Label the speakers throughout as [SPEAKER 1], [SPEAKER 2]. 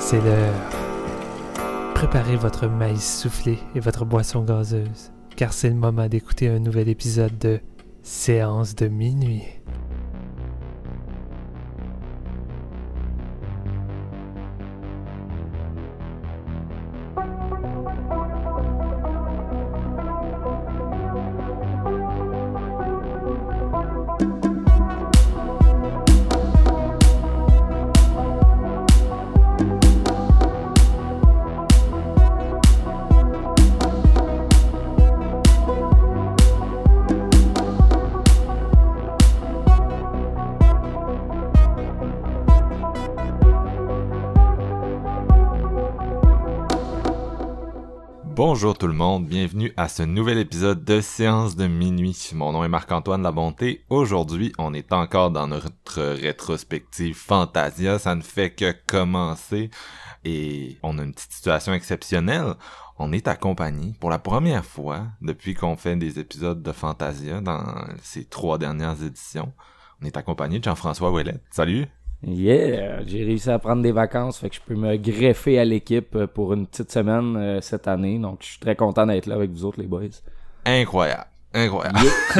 [SPEAKER 1] C'est l'heure. Préparez votre maïs soufflé et votre boisson gazeuse, car c'est le moment d'écouter un nouvel épisode de Séance de minuit.
[SPEAKER 2] Bonjour tout le monde, bienvenue à ce nouvel épisode de Séance de minuit. Mon nom est Marc-Antoine Labonté. Aujourd'hui, on est encore dans notre rétrospective Fantasia. Ça ne fait que commencer et on a une petite situation exceptionnelle. On est accompagné pour la première fois depuis qu'on fait des épisodes de Fantasia dans ces 3 dernières éditions. On est accompagné de Jean-François Ouellette. Salut!
[SPEAKER 3] Yeah! J'ai réussi à prendre des vacances, fait que je peux me greffer à l'équipe pour une petite semaine cette année. Donc, je suis très content d'être là avec vous autres, les boys.
[SPEAKER 2] Incroyable! Yeah.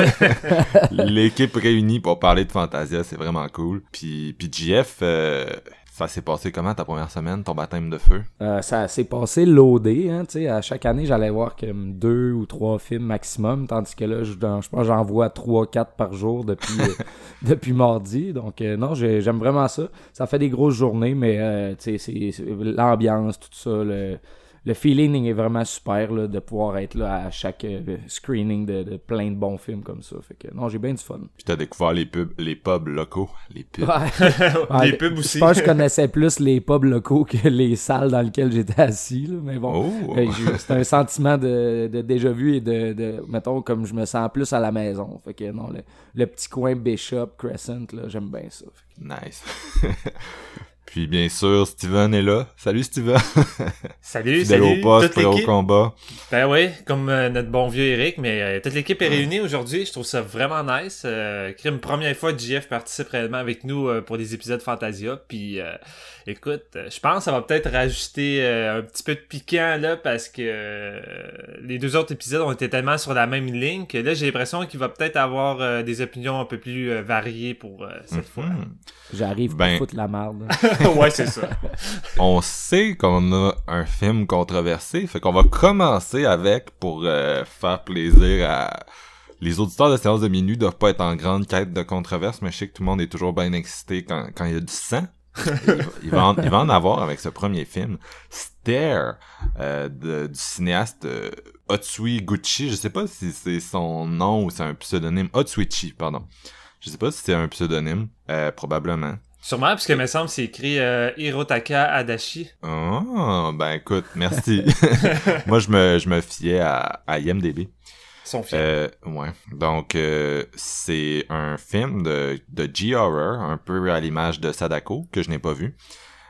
[SPEAKER 2] L'équipe réunie pour parler de Fantasia, c'est vraiment cool. Puis JF, ça s'est passé comment ta première semaine, ton baptême de feu?
[SPEAKER 3] Ça s'est passé loadé, hein, tu sais. À chaque année, j'allais voir comme 2 ou 3 films maximum, tandis que là, je pense que j'en vois 3-4 par jour depuis mardi. Donc, non, j'aime vraiment ça. Ça fait des grosses journées, mais tu sais, c'est l'ambiance, tout ça, le feeling est vraiment super là, de pouvoir être là à chaque screening de plein de bons films comme ça. Fait que non, j'ai bien du fun.
[SPEAKER 2] Puis t'as découvert les pubs locaux. Les pubs.
[SPEAKER 3] Ouais,
[SPEAKER 4] les pubs aussi.
[SPEAKER 3] Je pense que je connaissais plus les pubs locaux que les salles dans lesquelles j'étais assis. Là, mais bon, c'est un sentiment de déjà vu et de mettons, comme je me sens plus à la maison. Fait que non, le petit coin Bishop, Crescent, là, j'aime bien ça.
[SPEAKER 2] Nice. Puis bien sûr, Steven est là. Salut Steven.
[SPEAKER 4] Salut,
[SPEAKER 2] Fidèle
[SPEAKER 4] salut.
[SPEAKER 2] au poste,
[SPEAKER 4] Toute
[SPEAKER 2] prêt au
[SPEAKER 4] l'équipe.
[SPEAKER 2] combat.
[SPEAKER 4] Ben oui, comme notre bon vieux Eric, mais toute l'équipe est réunie aujourd'hui. Je trouve ça vraiment nice. Crime, première fois que JF participe réellement avec nous pour des épisodes Fantasia. Puis écoute, je pense que ça va peut-être rajouter un petit peu de piquant là parce que les 2 autres épisodes ont été tellement sur la même ligne que là j'ai l'impression qu'il va peut-être avoir des opinions un peu plus variées pour cette fois.
[SPEAKER 3] J'arrive pour foutre la merde.
[SPEAKER 4] Ouais, c'est ça.
[SPEAKER 2] On sait qu'on a un film controversé, fait qu'on va commencer avec pour faire plaisir à... Les auditeurs de Séance de minuit doivent pas être en grande quête de controverse, mais je sais que tout le monde est toujours bien excité quand il y a du sang. il va en avoir avec ce premier film. Stare, du cinéaste Otsui Gucci. Je sais pas si c'est son nom ou c'est un pseudonyme. Otsuichi, pardon. Je sais pas si c'est un pseudonyme, probablement.
[SPEAKER 4] Sûrement, parce que il me semble que c'est écrit Hirotaka Adachi.
[SPEAKER 2] Oh, ben écoute, merci. Moi, je me fiais à IMDb.
[SPEAKER 4] Son film.
[SPEAKER 2] Ouais. Donc, c'est un film de G-horror, un peu à l'image de Sadako, que je n'ai pas vu.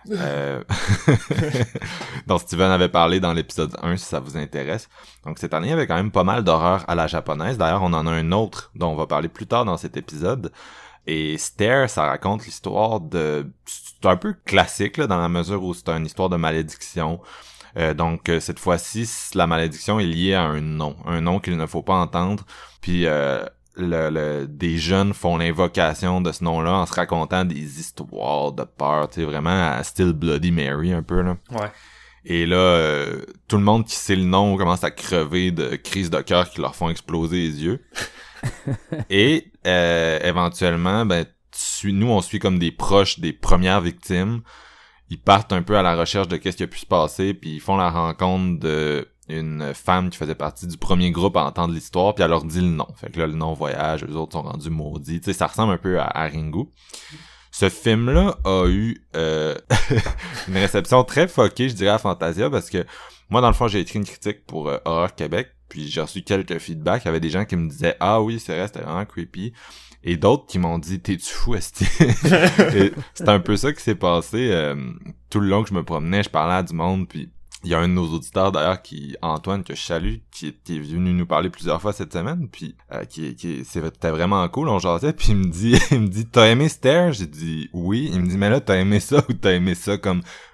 [SPEAKER 2] dont Steven avait parlé dans l'épisode 1, si ça vous intéresse. Donc, cette année, il y avait quand même pas mal d'horreur à la japonaise. D'ailleurs, on en a un autre dont on va parler plus tard dans cet épisode. Et Stare, ça raconte l'histoire de... C'est un peu classique, là, dans la mesure où c'est une histoire de malédiction. Donc, cette fois-ci, la malédiction est liée à un nom qu'il ne faut pas entendre. Puis, des jeunes font l'invocation de ce nom-là en se racontant des histoires de peur, tu sais, vraiment à style Bloody Mary, un peu, là.
[SPEAKER 4] Ouais.
[SPEAKER 2] Et là, tout le monde qui sait le nom commence à crever de crises de cœur qui leur font exploser les yeux. Et éventuellement, nous on suit comme des proches des premières victimes. Ils partent un peu à la recherche de qu'est-ce qui a pu se passer, puis ils font la rencontre de une femme qui faisait partie du premier groupe à entendre l'histoire, puis elle leur dit le nom. Fait que là, le nom voyage, eux autres sont rendus maudits. Tu sais, ça ressemble un peu à Ringu. Ce film-là a eu une réception très fuckée, je dirais, à Fantasia, parce que moi, dans le fond, j'ai écrit une critique pour Horreur Québec, puis j'ai reçu quelques feedbacks. Il y avait des gens qui me disaient « Ah oui, c'est vrai, c'était vraiment creepy ». Et d'autres qui m'ont dit « T'es-tu fou, esti? » C'est un peu ça qui s'est passé. Tout le long que je me promenais, je parlais à du monde, puis il y a un de nos auditeurs d'ailleurs, Antoine, que je salue, qui est venu nous parler plusieurs fois cette semaine, puis c'était vraiment cool, on jasait, puis il me dit « T'as aimé Stare? » J'ai dit « Oui ». Il me dit « Mais là, t'as aimé ça ou t'as aimé ça comme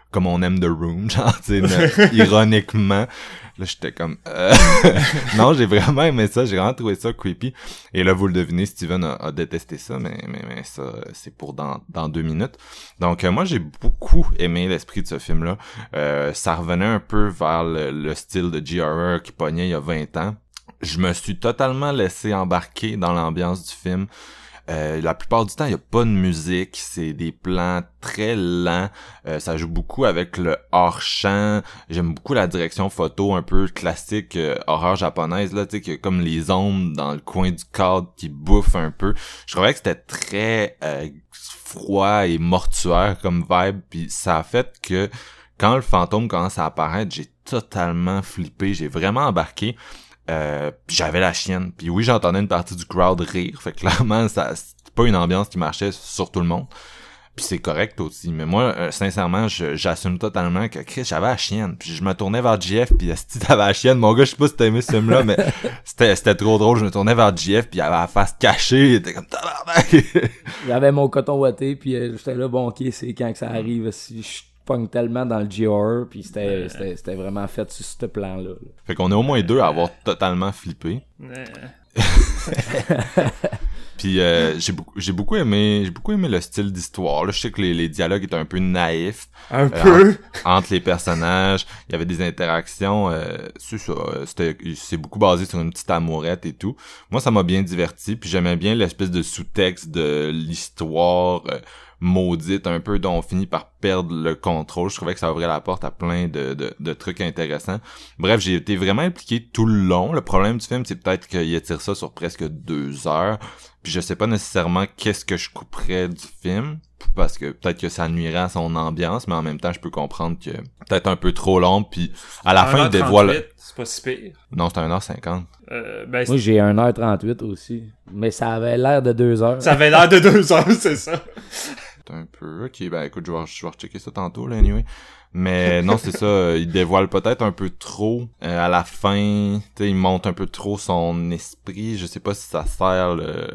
[SPEAKER 2] comme on aime The Room, genre, tu sais, ironiquement. Là, j'étais comme... Non, j'ai vraiment aimé ça, j'ai vraiment trouvé ça creepy. Et là, vous le devinez, Steven a détesté ça, mais ça, c'est pour dans 2 minutes. Donc, moi, j'ai beaucoup aimé l'esprit de ce film-là. Ça revenait un peu vers le style de G.R.R. qui pognait il y a 20 ans. Je me suis totalement laissé embarquer dans l'ambiance du film. La plupart du temps, il y a pas de musique, c'est des plans très lents, ça joue beaucoup avec le hors-champ. J'aime beaucoup la direction photo un peu classique horreur japonaise là, tu sais, que comme les ombres dans le coin du cadre qui bouffent un peu. Je trouvais que c'était très froid et mortuaire comme vibe, puis ça a fait que quand le fantôme commence à apparaître, j'ai totalement flippé, j'ai vraiment embarqué. J'avais la chienne. Puis oui, j'entendais une partie du crowd rire. Fait que clairement, c'est pas une ambiance qui marchait sur tout le monde. Puis c'est correct aussi. Mais moi, sincèrement, j'assume totalement que Chris, j'avais la chienne. Puis je me tournais vers JF, puis si t'avais la chienne, mon gars, je sais pas si t'as aimé ce film-là, mais c'était trop drôle. Je me tournais vers JF, puis il avait la face cachée. Il était comme tabarnak.
[SPEAKER 3] J'avais mon coton ouaté, puis j'étais là, bon, ok, c'est quand que ça arrive. Si je pogne tellement dans le GR, puis c'était vraiment fait sur ce plan-là.
[SPEAKER 2] Fait qu'on est au moins 2 à avoir totalement flippé. Puis j'ai beaucoup aimé le style d'histoire. Là, je sais que les dialogues étaient un peu naïfs.
[SPEAKER 4] Un peu.
[SPEAKER 2] Entre les personnages, il y avait des interactions. C'est beaucoup basé sur une petite amourette et tout. Moi, ça m'a bien diverti. Puis j'aimais bien l'espèce de sous-texte de l'histoire maudite un peu dont on finit par perdre le contrôle. Je trouvais que ça ouvrait la porte à plein de trucs intéressants. Bref, j'ai été vraiment impliqué tout le long. Le problème du film, c'est peut-être qu'il étire ça sur presque 2 heures. Puis je sais pas nécessairement qu'est-ce que je couperais du film, parce que peut-être que ça nuirait à son ambiance, mais en même temps, je peux comprendre que peut-être un peu trop long, puis à la fin, il dévoile...
[SPEAKER 4] C'est pas si pire.
[SPEAKER 2] Non, c'est 1h50.
[SPEAKER 3] Moi, j'ai 1h38 aussi, mais ça avait l'air de 2 heures.
[SPEAKER 4] Ça avait l'air de 2 heures, c'est ça.
[SPEAKER 2] Un peu. Ok, ben écoute, je vais rechecker ça tantôt, là, anyway. Mais non, c'est ça, il dévoile peut-être un peu trop à la fin. Tu sais, il monte un peu trop son esprit. Je sais pas si ça sert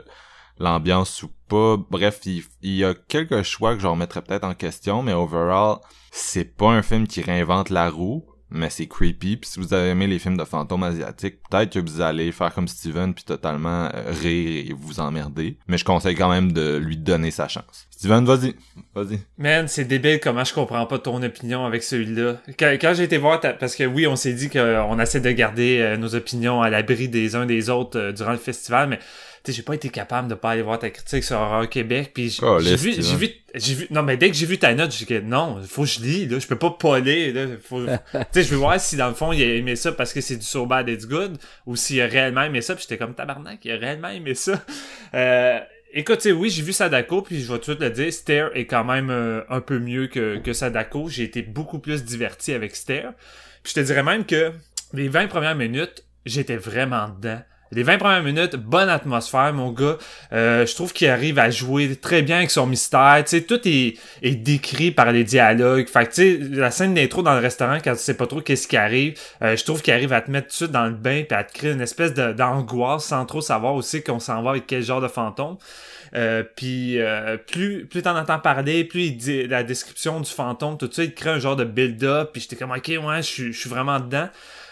[SPEAKER 2] l'ambiance ou pas. Bref, il y a quelques choix que je remettrais peut-être en question, mais overall, c'est pas un film qui réinvente la roue. Mais c'est creepy, puis si vous avez aimé les films de fantômes asiatiques, peut-être que vous allez faire comme Steven puis totalement rire et vous emmerder. Mais je conseille quand même de lui donner sa chance. Steven, vas-y.
[SPEAKER 4] Man, c'est débile comment je comprends pas ton opinion avec celui-là. Quand j'ai été voir, parce que oui, on s'est dit qu'on essaie de garder nos opinions à l'abri des uns des autres durant le festival, mais tu sais, j'ai pas été capable de pas aller voir ta critique sur Horreur Québec, puis j'ai vu, non, mais dès que j'ai vu ta note, j'ai dit que non, faut que je lis, là, je peux pas lire, là, tu sais, je veux voir si dans le fond, il a aimé ça parce que c'est du So Bad It's Good, ou s'il a réellement aimé ça, puis j'étais comme tabarnak, il a réellement aimé ça. Écoute, tu sais, oui, j'ai vu Sadako, puis je vais tout de suite le dire, Stare est quand même un peu mieux que Sadako. J'ai été beaucoup plus diverti avec Stare. Puis je te dirais même que les 20 premières minutes, j'étais vraiment dedans. Les 20 premières minutes, bonne atmosphère, mon gars. Je trouve qu'il arrive à jouer très bien avec son mystère. Tu sais, tout est décrit par les dialogues. Fait que, tu sais, la scène d'intro dans le restaurant, quand tu sais pas trop qu'est-ce qui arrive, je trouve qu'il arrive à te mettre tout de suite dans le bain puis à te créer une espèce d'angoisse sans trop savoir aussi qu'on s'en va avec quel genre de fantôme. Puis plus t'en entends parler, plus il dit la description du fantôme, tout ça, il te crée un genre de build-up. Puis j'étais comme, ok, ouais, je suis vraiment dedans.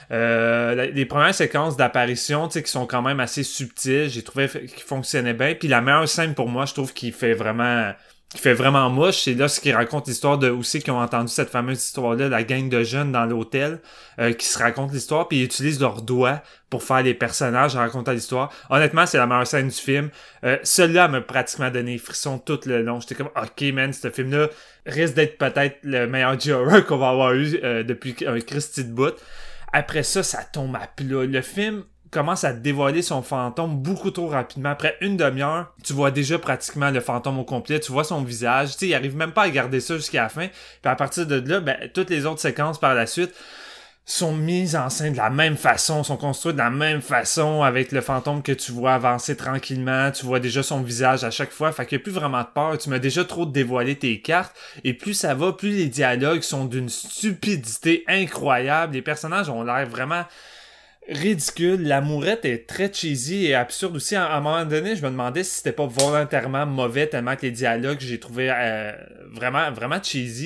[SPEAKER 4] Les premières séquences d'apparition, tu sais, qui sont quand même assez subtiles, j'ai trouvé qu'ils fonctionnaient bien. Puis la meilleure scène pour moi, je trouve qu'il fait vraiment mouche, c'est là ce qui raconte l'histoire de aussi qui ont entendu cette fameuse histoire-là, la gang de jeunes dans l'hôtel qui se racontent l'histoire, puis ils utilisent leurs doigts pour faire les personnages, raconter l'histoire. Honnêtement, c'est la meilleure scène du film. Celle-là m'a pratiquement donné frisson tout le long. J'étais comme, ok man, ce film-là risque d'être peut-être le meilleur G.R.R. qu'on va avoir eu depuis un Christy de bout. Après ça, ça tombe à plat. Le film commence à dévoiler son fantôme beaucoup trop rapidement. Après une demi-heure, tu vois déjà pratiquement le fantôme au complet. Tu vois son visage. Tu sais, il arrive même pas à garder ça jusqu'à la fin. Puis à partir de là, ben, toutes les autres séquences par la suite sont mises en scène de la même façon, sont construites de la même façon avec le fantôme que tu vois avancer tranquillement, tu vois déjà son visage à chaque fois, fait qu'il n'y a plus vraiment de peur, tu m'as déjà trop dévoilé tes cartes, et plus ça va, plus les dialogues sont d'une stupidité incroyable, les personnages ont l'air vraiment ridicule, l'amourette est très cheesy et absurde aussi. À un moment donné, je me demandais si c'était pas volontairement mauvais tellement que les dialogues, j'ai trouvé vraiment, vraiment cheesy.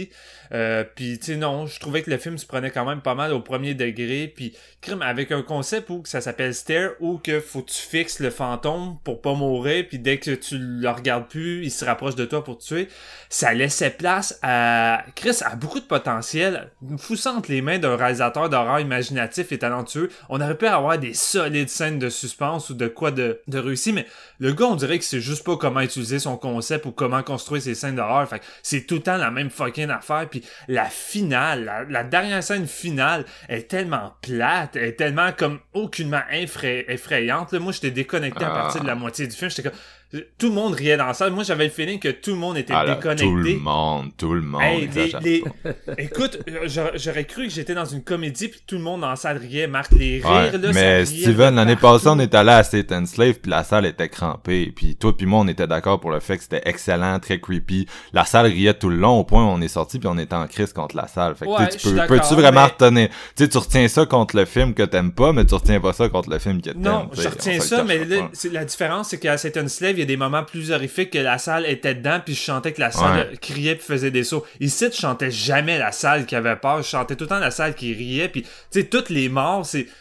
[SPEAKER 4] Puis tu sais non, je trouvais que le film se prenait quand même pas mal au premier degré, puis crime avec un concept où que ça s'appelle Stare, où que faut que tu fixes le fantôme pour pas mourir, puis dès que tu le regardes plus, il se rapproche de toi pour te tuer. Ça laissait place à Chris a beaucoup de potentiel, foussant entre les mains d'un réalisateur d'horreur imaginatif et talentueux. On aurait pu avoir des solides scènes de suspense ou de quoi de réussi, mais le gars on dirait que c'est juste pas comment utiliser son concept ou comment construire ses scènes d'horreur. Fait que c'est tout le temps la même fucking affaire. Puis la finale, la dernière scène finale est tellement plate, est tellement comme aucunement effrayante. Là, moi j'étais déconnecté à partir de la moitié du film. J'étais comme tout le monde riait dans la salle. Moi, j'avais le feeling que tout le monde était déconnecté.
[SPEAKER 2] Tout le monde.
[SPEAKER 4] Hey, écoute, j'aurais cru que j'étais dans une comédie puis tout le monde dans la salle riait. Marc, les rires, là,
[SPEAKER 2] mais
[SPEAKER 4] ça riait.
[SPEAKER 2] Steven, l'année passée, on est allé à Satan Slave puis la salle était crampée. Puis toi puis moi, on était d'accord pour le fait que c'était excellent, très creepy. La salle riait tout le long au point où on est sorti puis on était en crise contre la salle. Fait que peux-tu vraiment retenir... Tu sais, tu retiens ça contre le film que t'aimes pas, mais tu retiens pas ça contre le film que t'aimes.
[SPEAKER 4] Non, je retiens ça, mais là, la différence, c'est qu'à Satan Slave, il y a des moments plus horrifiques que la salle était dedans, puis je chantais que la salle criait puis faisait des sauts. Ici, je chantais jamais la salle qui avait peur, je chantais tout le temps la salle qui riait, puis tu sais, toutes les morts,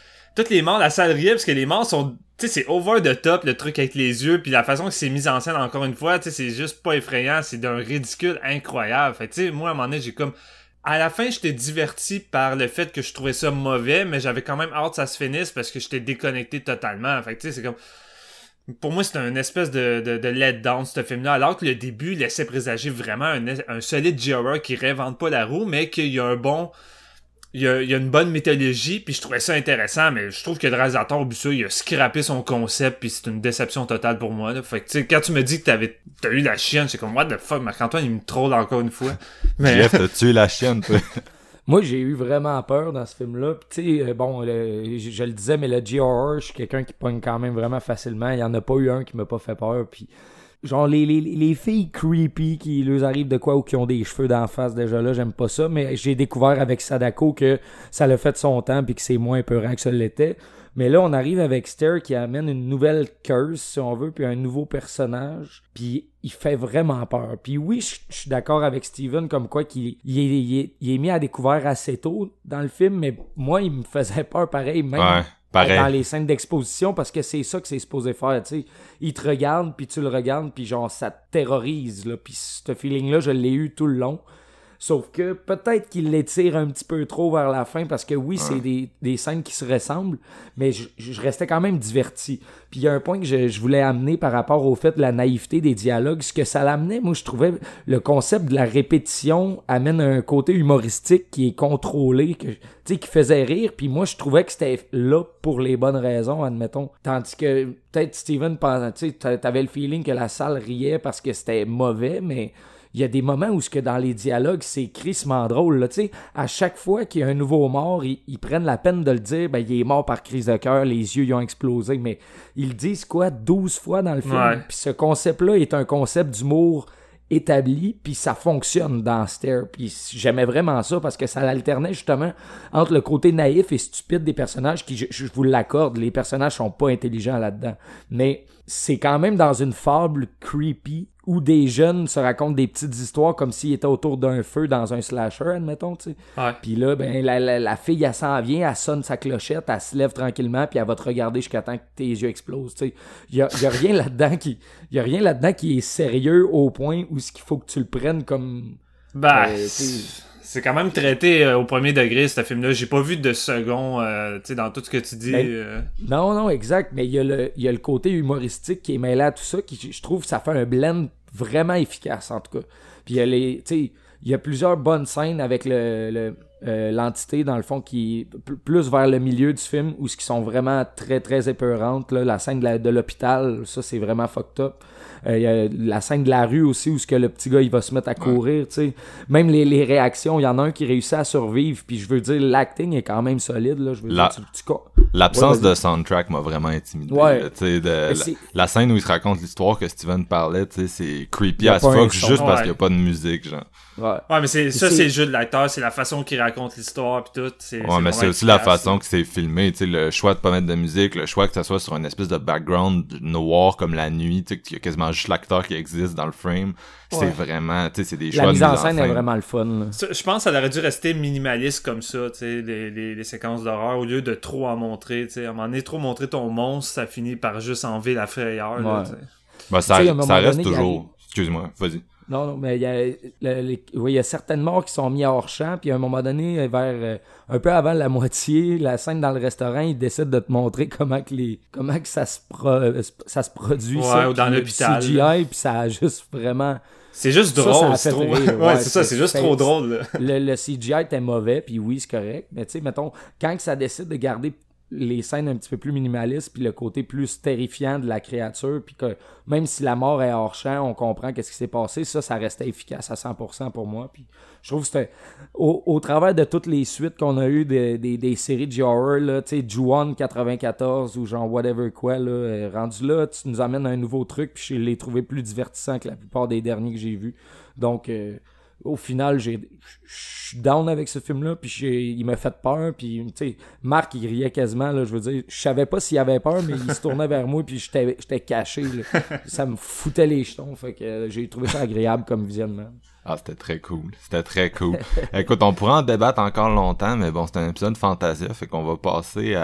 [SPEAKER 4] la salle riait, parce que les morts sont... Tu sais, c'est over the top, le truc avec les yeux, puis la façon que c'est mis en scène, encore une fois, tu sais, c'est juste pas effrayant, c'est d'un ridicule incroyable. Fait tu sais, moi, à un moment donné, j'ai comme... À la fin, j'étais diverti par le fait que je trouvais ça mauvais, mais j'avais quand même hâte que ça se finisse parce que j'étais déconnecté totalement. Fait que tu sais, c'est comme... Pour moi, c'était une espèce de let-down, ce film-là, alors que le début laissait présager vraiment un solide G-horror qui réinvente pas la roue, mais qu'il y a un bon... Il y a une bonne mythologie, puis je trouvais ça intéressant, mais je trouve que le réalisateur au ça, il a scrappé son concept, puis c'est une déception totale pour moi, là. Fait que, tu sais, quand tu me dis que t'as eu la chienne, c'est comme, what the fuck, Marc-Antoine, il me troll encore une fois. Mais...
[SPEAKER 2] Jeff, t'as tué la chienne, toi.
[SPEAKER 3] Moi, j'ai eu vraiment peur dans ce film-là. Tu sais, bon, je le disais, mais le G-horror, je suis quelqu'un qui pogne quand même vraiment facilement. Il y en a pas eu un qui m'a pas fait peur, puis... Genre, les filles creepy qui leur arrivent de quoi ou qui ont des cheveux d'en face, déjà là, j'aime pas ça. Mais j'ai découvert avec Sadako que ça l'a fait son temps puis que c'est moins peurant que ça l'était. Mais là, on arrive avec Stare qui amène une nouvelle curse, si on veut, puis un nouveau personnage. Puis il fait vraiment peur. Puis oui, je suis d'accord avec Steven comme quoi qu'il est mis à découvert assez tôt dans le film, mais moi, il me faisait peur pareil, même...
[SPEAKER 2] Ouais. Pareil.
[SPEAKER 3] Dans les scènes d'exposition, parce que c'est ça que c'est supposé faire, tu sais. Il te regarde, puis tu le regardes, puis genre, ça te terrorise, là. Puis ce feeling-là, je l'ai eu tout le long. Sauf que peut-être qu'il l'étire un petit peu trop vers la fin, parce que oui, c'est des scènes qui se ressemblent, mais je restais quand même diverti. Puis il y a un point que je voulais amener par rapport au fait de la naïveté des dialogues. Ce que ça l'amenait, moi, je trouvais le concept de la répétition amène un côté humoristique qui est contrôlé, qui faisait rire. Puis moi, je trouvais que c'était là pour les bonnes raisons, admettons. Tandis que peut-être Steven, tu sais, t'avais le feeling que la salle riait parce que c'était mauvais, mais... Il y a des moments où ce que dans les dialogues, c'est crissement drôle. Là, à chaque fois qu'il y a un nouveau mort, ils prennent la peine de le dire. Ben, il est mort par crise de cœur, les yeux ils ont explosé. Mais ils le disent 12 fois dans le film.
[SPEAKER 4] Ouais.
[SPEAKER 3] Puis ce concept-là est un concept d'humour établi, puis ça fonctionne dans Stare. Puis j'aimais vraiment ça parce que ça alternait justement entre le côté naïf et stupide des personnages qui, je vous l'accorde, les personnages sont pas intelligents là-dedans. Mais c'est quand même dans une fable creepy où des jeunes se racontent des petites histoires comme s'ils étaient autour d'un feu dans un slasher, admettons, tu sais.
[SPEAKER 4] Ouais.
[SPEAKER 3] Puis là, ben, la fille, elle s'en vient, elle sonne sa clochette, elle se lève tranquillement, puis elle va te regarder jusqu'à temps que tes yeux explosent, tu sais. Il y a rien là-dedans qui est sérieux au point où ce qu'il faut que tu le prennes comme...
[SPEAKER 4] C'est quand même traité au premier degré, ce film-là. J'ai pas vu de second, tu sais, dans tout ce que tu dis.
[SPEAKER 3] Non, exact. Mais il y a le côté humoristique qui est mêlé à tout ça, qui, je trouve, ça fait un blend vraiment efficace, en tout cas. Puis il y a plusieurs bonnes scènes avec l'entité, dans le fond, qui est plus vers le milieu du film, où ce qui sont vraiment très, très épeurantes. Là. La scène de l'hôpital, ça, c'est vraiment fucked up. Il y a la scène de la rue aussi où ce que le petit gars il va se mettre à courir, tu sais. Même les réactions, il y en a un qui réussit à survivre, puis je veux dire l'acting est quand même solide là, je veux dire
[SPEAKER 2] l'absence de soundtrack m'a vraiment intimidé.
[SPEAKER 3] Ouais.
[SPEAKER 2] Tu sais la scène où il se raconte l'histoire que Steven parlait, tu sais, c'est creepy as fuck juste parce qu'il y a pas de musique genre.
[SPEAKER 4] Ouais, mais c'est le jeu de l'acteur, c'est la façon qu'il raconte l'histoire pis tout.
[SPEAKER 2] Ouais, mais c'est aussi la façon que c'est filmé, tu sais, le choix de pas mettre de musique, le choix que ça soit sur une espèce de background noir comme la nuit, tu sais, qu'il y a quasiment juste l'acteur qui existe dans le frame. C'est vraiment, tu sais, c'est des choix de mise en scène.
[SPEAKER 3] est vraiment le fun, là.
[SPEAKER 4] Je pense que ça aurait dû rester minimaliste comme ça, tu sais, les séquences d'horreur, au lieu de trop en montrer, tu sais. À un moment donné, trop montrer ton monstre, ça finit par juste enlever la frayeur, là, tu sais.
[SPEAKER 2] Ben, ça reste toujours... Excuse-moi, vas-y.
[SPEAKER 3] Non, mais il y a certaines morts qui sont mises hors champ, puis à un moment donné, vers un peu avant la moitié, la scène dans le restaurant, ils décident de te montrer comment que ça se produit,
[SPEAKER 4] ou dans l'hôpital.
[SPEAKER 3] CGI, puis ça a juste vraiment...
[SPEAKER 4] C'est juste drôle, c'est trop...
[SPEAKER 3] Ouais,
[SPEAKER 4] c'est ça, c'est juste trop drôle, là.
[SPEAKER 3] Le CGI était mauvais, puis oui, c'est correct, mais tu sais, mettons, quand ça décide de garder les scènes un petit peu plus minimalistes, puis le côté plus terrifiant de la créature, puis que même si la mort est hors champ, on comprend qu'est-ce qui s'est passé, ça restait efficace à 100% pour moi. Puis je trouve que c'était au travers de toutes les suites qu'on a eues des séries de horror, là, tu sais, Ju-On 94 ou genre whatever quoi, là, rendu là, tu nous amènes un nouveau truc, puis je l'ai trouvé plus divertissant que la plupart des derniers que j'ai vus. Donc au final, je suis down avec ce film-là, puis il m'a fait peur, puis tu sais, Marc, il riait quasiment, là, je veux dire, je savais pas s'il avait peur, mais il se tournait vers moi, puis j'étais caché, là. Ça me foutait les jetons, fait que j'ai trouvé ça agréable comme visionnement.
[SPEAKER 2] Ah, c'était très cool. Écoute, on pourrait en débattre encore longtemps, mais bon, c'est un épisode Fantasia, fait qu'on va passer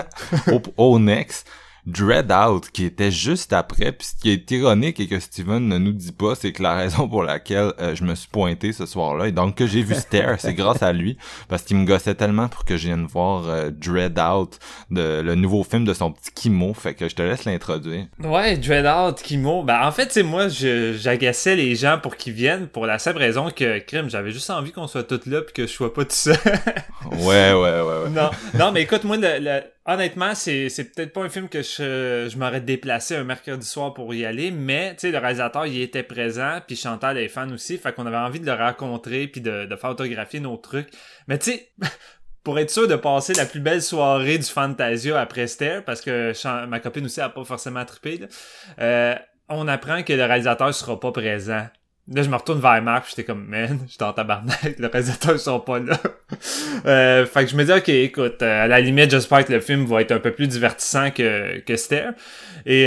[SPEAKER 2] au next. Dread Out, qui était juste après, puis ce qui est ironique et que Steven ne nous dit pas, c'est que la raison pour laquelle je me suis pointé ce soir-là, et donc que j'ai vu Stare, c'est grâce à lui, parce qu'il me gossait tellement pour que je vienne voir Dread Out, le nouveau film de son petit Kimo, fait que je te laisse l'introduire.
[SPEAKER 4] Ouais, Dread Out, Kimo, ben en fait, c'est moi, j'agaçais les gens pour qu'ils viennent, pour la simple raison que, crime, j'avais juste envie qu'on soit tous là, puis que je sois pas tout seul.
[SPEAKER 2] Ouais.
[SPEAKER 4] Non, mais écoute, moi, honnêtement, c'est peut-être pas un film que je m'aurais déplacé un mercredi soir pour y aller, mais tu sais, le réalisateur il était présent, puis Chantal est fan aussi, fait qu'on avait envie de le rencontrer puis de faire autographier nos trucs. Mais tu sais, pour être sûr de passer la plus belle soirée du Fantasia après Stare, parce que ma copine aussi a pas forcément trippé, là, on apprend que le réalisateur sera pas présent. Là, je me retourne vers Marc, j'étais comme, man, j'étais en tabarnak, le réalisateur, ils sont pas là. Fait que je me dis, ok, écoute, à la limite, j'espère que le film va être un peu plus divertissant que Stare. Et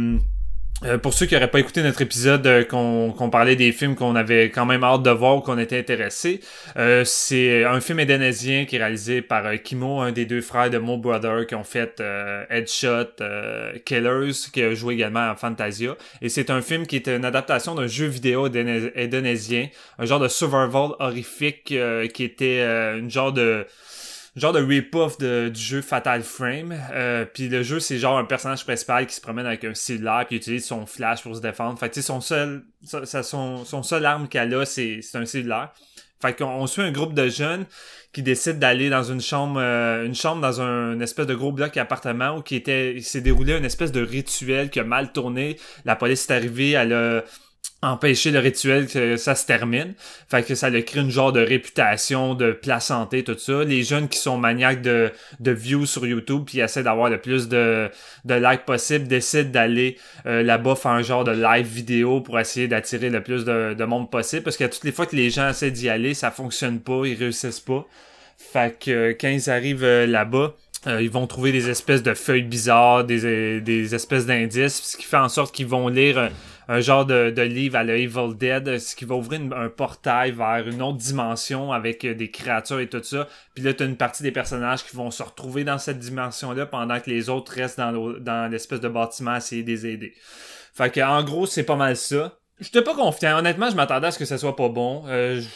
[SPEAKER 4] pour ceux qui n'auraient pas écouté notre épisode qu'on parlait des films qu'on avait quand même hâte de voir ou qu'on était intéressés, c'est un film indonésien qui est réalisé par Kimo, un des deux frères de Mo Brother qui ont fait Headshot, Killers, qui a joué également à Fantasia. Et c'est un film qui est une adaptation d'un jeu vidéo indonésien, un genre de survival horrifique qui était une genre de rip-off du jeu Fatal Frame. Puis le jeu, c'est genre un personnage principal qui se promène avec un cellulaire puis utilise son flash pour se défendre. Fait que tu sais, son seul arme qu'elle a, c'est un cellulaire. Fait qu'on suit un groupe de jeunes qui décident d'aller dans une chambre dans un espèce de gros bloc appartement où il s'est déroulé une espèce de rituel qui a mal tourné. La police est arrivée, elle a empêcher le rituel que ça se termine. Fait que ça leur crée une genre de réputation de placenté, tout ça. Les jeunes qui sont maniaques de views sur YouTube puis essaient d'avoir le plus de likes possible décident d'aller là-bas faire un genre de live vidéo pour essayer d'attirer le plus de monde possible parce que toutes les fois que les gens essaient d'y aller, ça fonctionne pas, ils réussissent pas. Fait que quand ils arrivent là-bas, ils vont trouver des espèces de feuilles bizarres, des espèces d'indices, ce qui fait en sorte qu'ils vont lire un genre de livre à la Evil Dead, ce qui va ouvrir un portail vers une autre dimension avec des créatures et tout ça. Puis là, t'as une partie des personnages qui vont se retrouver dans cette dimension-là pendant que les autres restent dans l'espèce de bâtiment à essayer de les aider. Fait que en gros, c'est pas mal ça. J'étais pas confiant. Honnêtement, je m'attendais à ce que ça soit pas bon.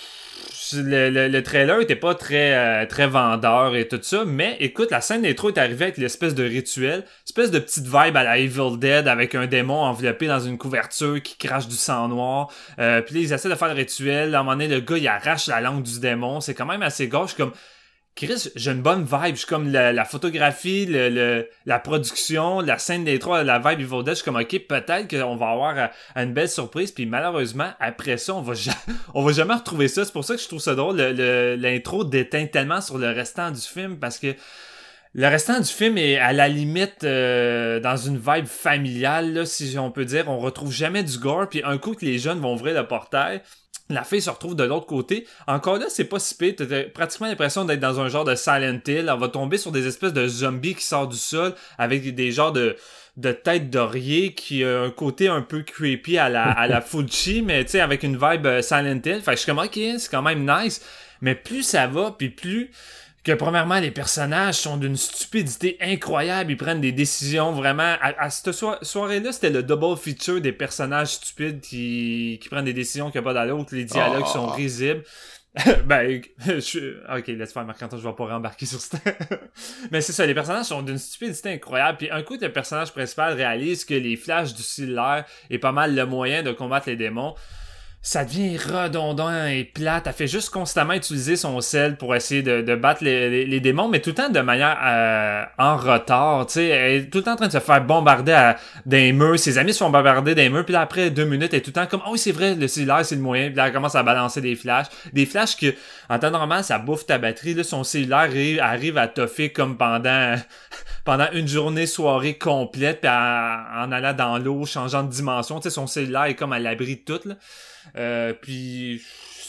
[SPEAKER 4] Le trailer était pas très vendeur et tout ça, mais écoute, la scène d'intro est arrivée avec l'espèce de rituel, espèce de petite vibe à la Evil Dead avec un démon enveloppé dans une couverture qui crache du sang noir. Puis là, ils essaient de faire le rituel. À un moment donné, le gars, il arrache la langue du démon. C'est quand même assez gauche, comme... Chris, j'ai une bonne vibe. Je suis comme la photographie, la production, la scène d'intro, la vibe Evil Dead. Je suis comme, ok, peut-être qu'on va avoir une belle surprise. Puis malheureusement, après ça, on va jamais retrouver ça. C'est pour ça que je trouve ça drôle. L'intro déteint tellement sur le restant du film parce que le restant du film est à la limite dans une vibe familiale, là, si on peut dire. On retrouve jamais du gore. Puis un coup que les jeunes vont ouvrir le portail, La fille se retrouve de l'autre côté. Encore là, c'est pas si pire. T'as pratiquement l'impression d'être dans un genre de Silent Hill. Elle va tomber sur des espèces de zombies qui sortent du sol avec des genres de têtes d'oreiller qui a un côté un peu creepy à la Fulci, mais tu sais, avec une vibe Silent Hill. Fait que je suis comme, ok, c'est quand même nice. Mais plus ça va, puis plus que premièrement, les personnages sont d'une stupidité incroyable. Ils prennent des décisions vraiment... À cette soirée-là, c'était le double feature des personnages stupides qui prennent des décisions qui n'ont pas d'allure, que les dialogues sont risibles. Ben, ok, laisse faire Marc-Antoine, je vais pas rembarquer sur ça. Mais c'est ça, les personnages sont d'une stupidité incroyable. Puis un coup, le personnage principal réalise que les flashs du cellulaire est pas mal le moyen de combattre les démons. Ça devient redondant et plate. Elle fait juste constamment utiliser son sel pour essayer de battre les démons, mais tout le temps de manière en retard. Tu sais, elle est tout le temps en train de se faire bombarder d'un mur. Ses amis se font bombarder d'un mur, puis là, après 2 minutes, elle est tout le temps comme « Oh oui, c'est vrai, le cellulaire, c'est le moyen. » Puis là, elle commence à balancer des flashs. Des flashs que, en temps normal, ça bouffe ta batterie. Là, son cellulaire arrive à toffer comme pendant une journée, soirée complète, puis en allant dans l'eau, changeant de dimension. Tu sais, son cellulaire est comme à l'abri de tout, là. Puis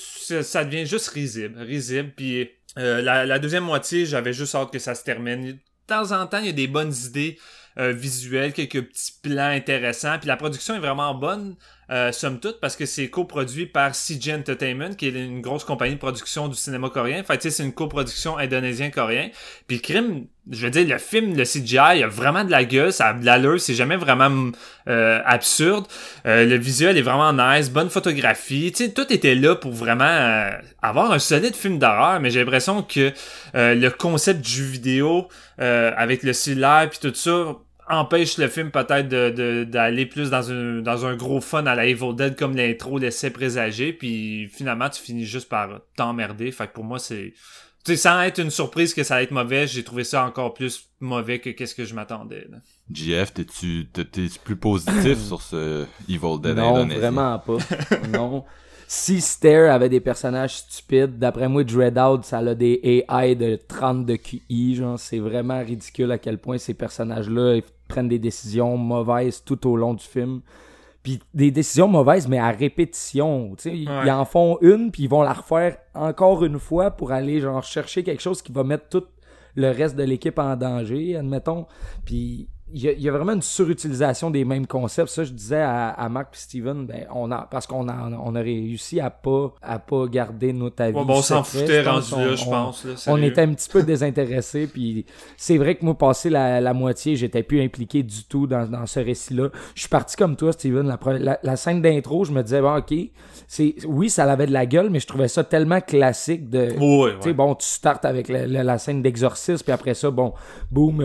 [SPEAKER 4] ça devient juste risible, puis la deuxième moitié, j'avais juste hâte que ça se termine. De temps en temps, il y a des bonnes idées visuelles, quelques petits plans intéressants, puis la production est vraiment bonne, somme toute, parce que c'est coproduit par CG Entertainment, qui est une grosse compagnie de production du cinéma coréen. Fait, tu sais, c'est une coproduction indonésien-coréen. Puis le crime, je veux dire, le film, le CGI, il a vraiment de la gueule, ça a de l'allure, c'est jamais vraiment absurde. Le visuel est vraiment nice, bonne photographie. Tu sais, tout était là pour vraiment avoir un solide film d'horreur, mais j'ai l'impression que le concept du jeu vidéo avec le cellulaire puis tout ça empêche le film peut-être d'aller plus dans un gros fun à la Evil Dead comme l'intro laissait présager, puis finalement tu finis juste par t'emmerder. Fait que pour moi c'est, tu sais, sans être une surprise que ça allait être mauvais, j'ai trouvé ça encore plus mauvais que qu'est-ce que je m'attendais là.
[SPEAKER 2] JF, t'es-tu plus positif sur ce Evil Dead
[SPEAKER 3] non,
[SPEAKER 2] indonésien?
[SPEAKER 3] Vraiment pas. Non. Si Stare avait des personnages stupides, d'après moi, Dreadout, ça a des AI de 30 de QI, genre, c'est vraiment ridicule à quel point ces personnages-là ils prennent des décisions mauvaises tout au long du film. Puis des décisions mauvaises, mais à répétition, tu sais, ils en font une, puis ils vont la refaire encore une fois pour aller, genre, chercher quelque chose qui va mettre tout le reste de l'équipe en danger, admettons. Puis il y a vraiment une surutilisation des mêmes concepts. Ça, je disais à Marc et Steven, ben, parce qu'on a réussi à pas garder notre avis.
[SPEAKER 4] On s'en foutait rendu là, je pense. Là,
[SPEAKER 3] on était un petit peu désintéressés. Puis c'est vrai que moi, passé la moitié, j'étais plus impliqué du tout dans ce récit-là. Je suis parti comme toi, Steven. La scène d'intro, je me disais, bon, ok, oui, ça avait de la gueule, mais je trouvais ça tellement classique de.
[SPEAKER 4] Ouais.
[SPEAKER 3] Tu sais, bon, tu startes avec la scène d'exorcisme, puis après ça, bon, boum,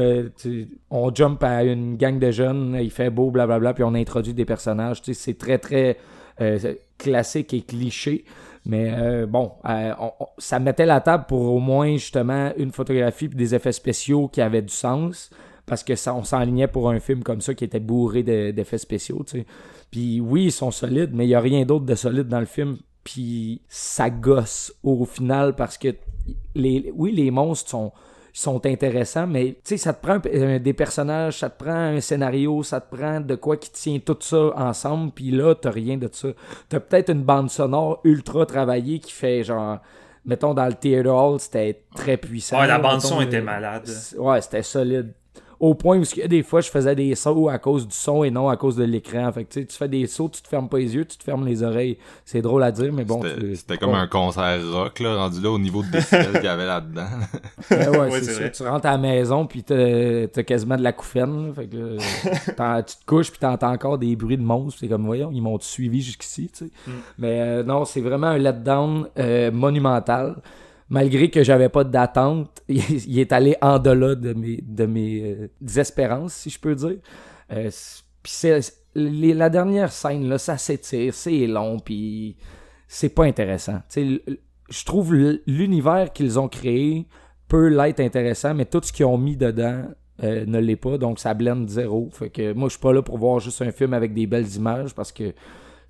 [SPEAKER 3] on jump à une gang de jeunes, il fait beau, blablabla, puis on introduit des personnages. Tu sais, c'est très, très classique et cliché. Mais ça mettait la table pour au moins, justement, une photographie puis des effets spéciaux qui avaient du sens. Parce que on s'enlignait pour un film comme ça qui était bourré d'effets spéciaux, tu sais. Puis oui, ils sont solides, mais il n'y a rien d'autre de solide dans le film. Puis ça gosse au final parce que les monstres sont intéressants, mais tu sais, ça te prend des personnages, ça te prend un scénario, ça te prend de quoi qui tient tout ça ensemble, puis là, t'as rien de ça. T'as peut-être une bande sonore ultra travaillée qui fait genre, mettons dans le Theater Hall, c'était très puissant.
[SPEAKER 4] Ouais, la bande son était malade.
[SPEAKER 3] Ouais, c'était solide. Au point où des fois, je faisais des sauts à cause du son et non à cause de l'écran. Fait que tu fais des sauts, tu te fermes pas les yeux, tu te fermes les oreilles. C'est drôle à dire, mais bon.
[SPEAKER 2] C'était comme un concert rock, là, rendu là au niveau de décibels qu'il y avait là-dedans.
[SPEAKER 3] Ouais, c'est ça. Tu rentres à la maison, puis t'as quasiment de la couffaine. Là, fait que tu te couches, puis t'entends encore des bruits de monstres. C'est comme, voyons, ils m'ont suivi jusqu'ici, tu sais. Mais non, c'est vraiment un letdown monumental. Malgré que j'avais pas d'attente, il est allé en delà de mes espérances, si je peux dire. Puis la dernière scène, là, ça s'étire, c'est long, puis c'est pas intéressant. T'sais, je trouve l'univers qu'ils ont créé peut l'être intéressant, mais tout ce qu'ils ont mis dedans ne l'est pas, donc ça blende zéro. Fait que moi, je suis pas là pour voir juste un film avec des belles images, parce que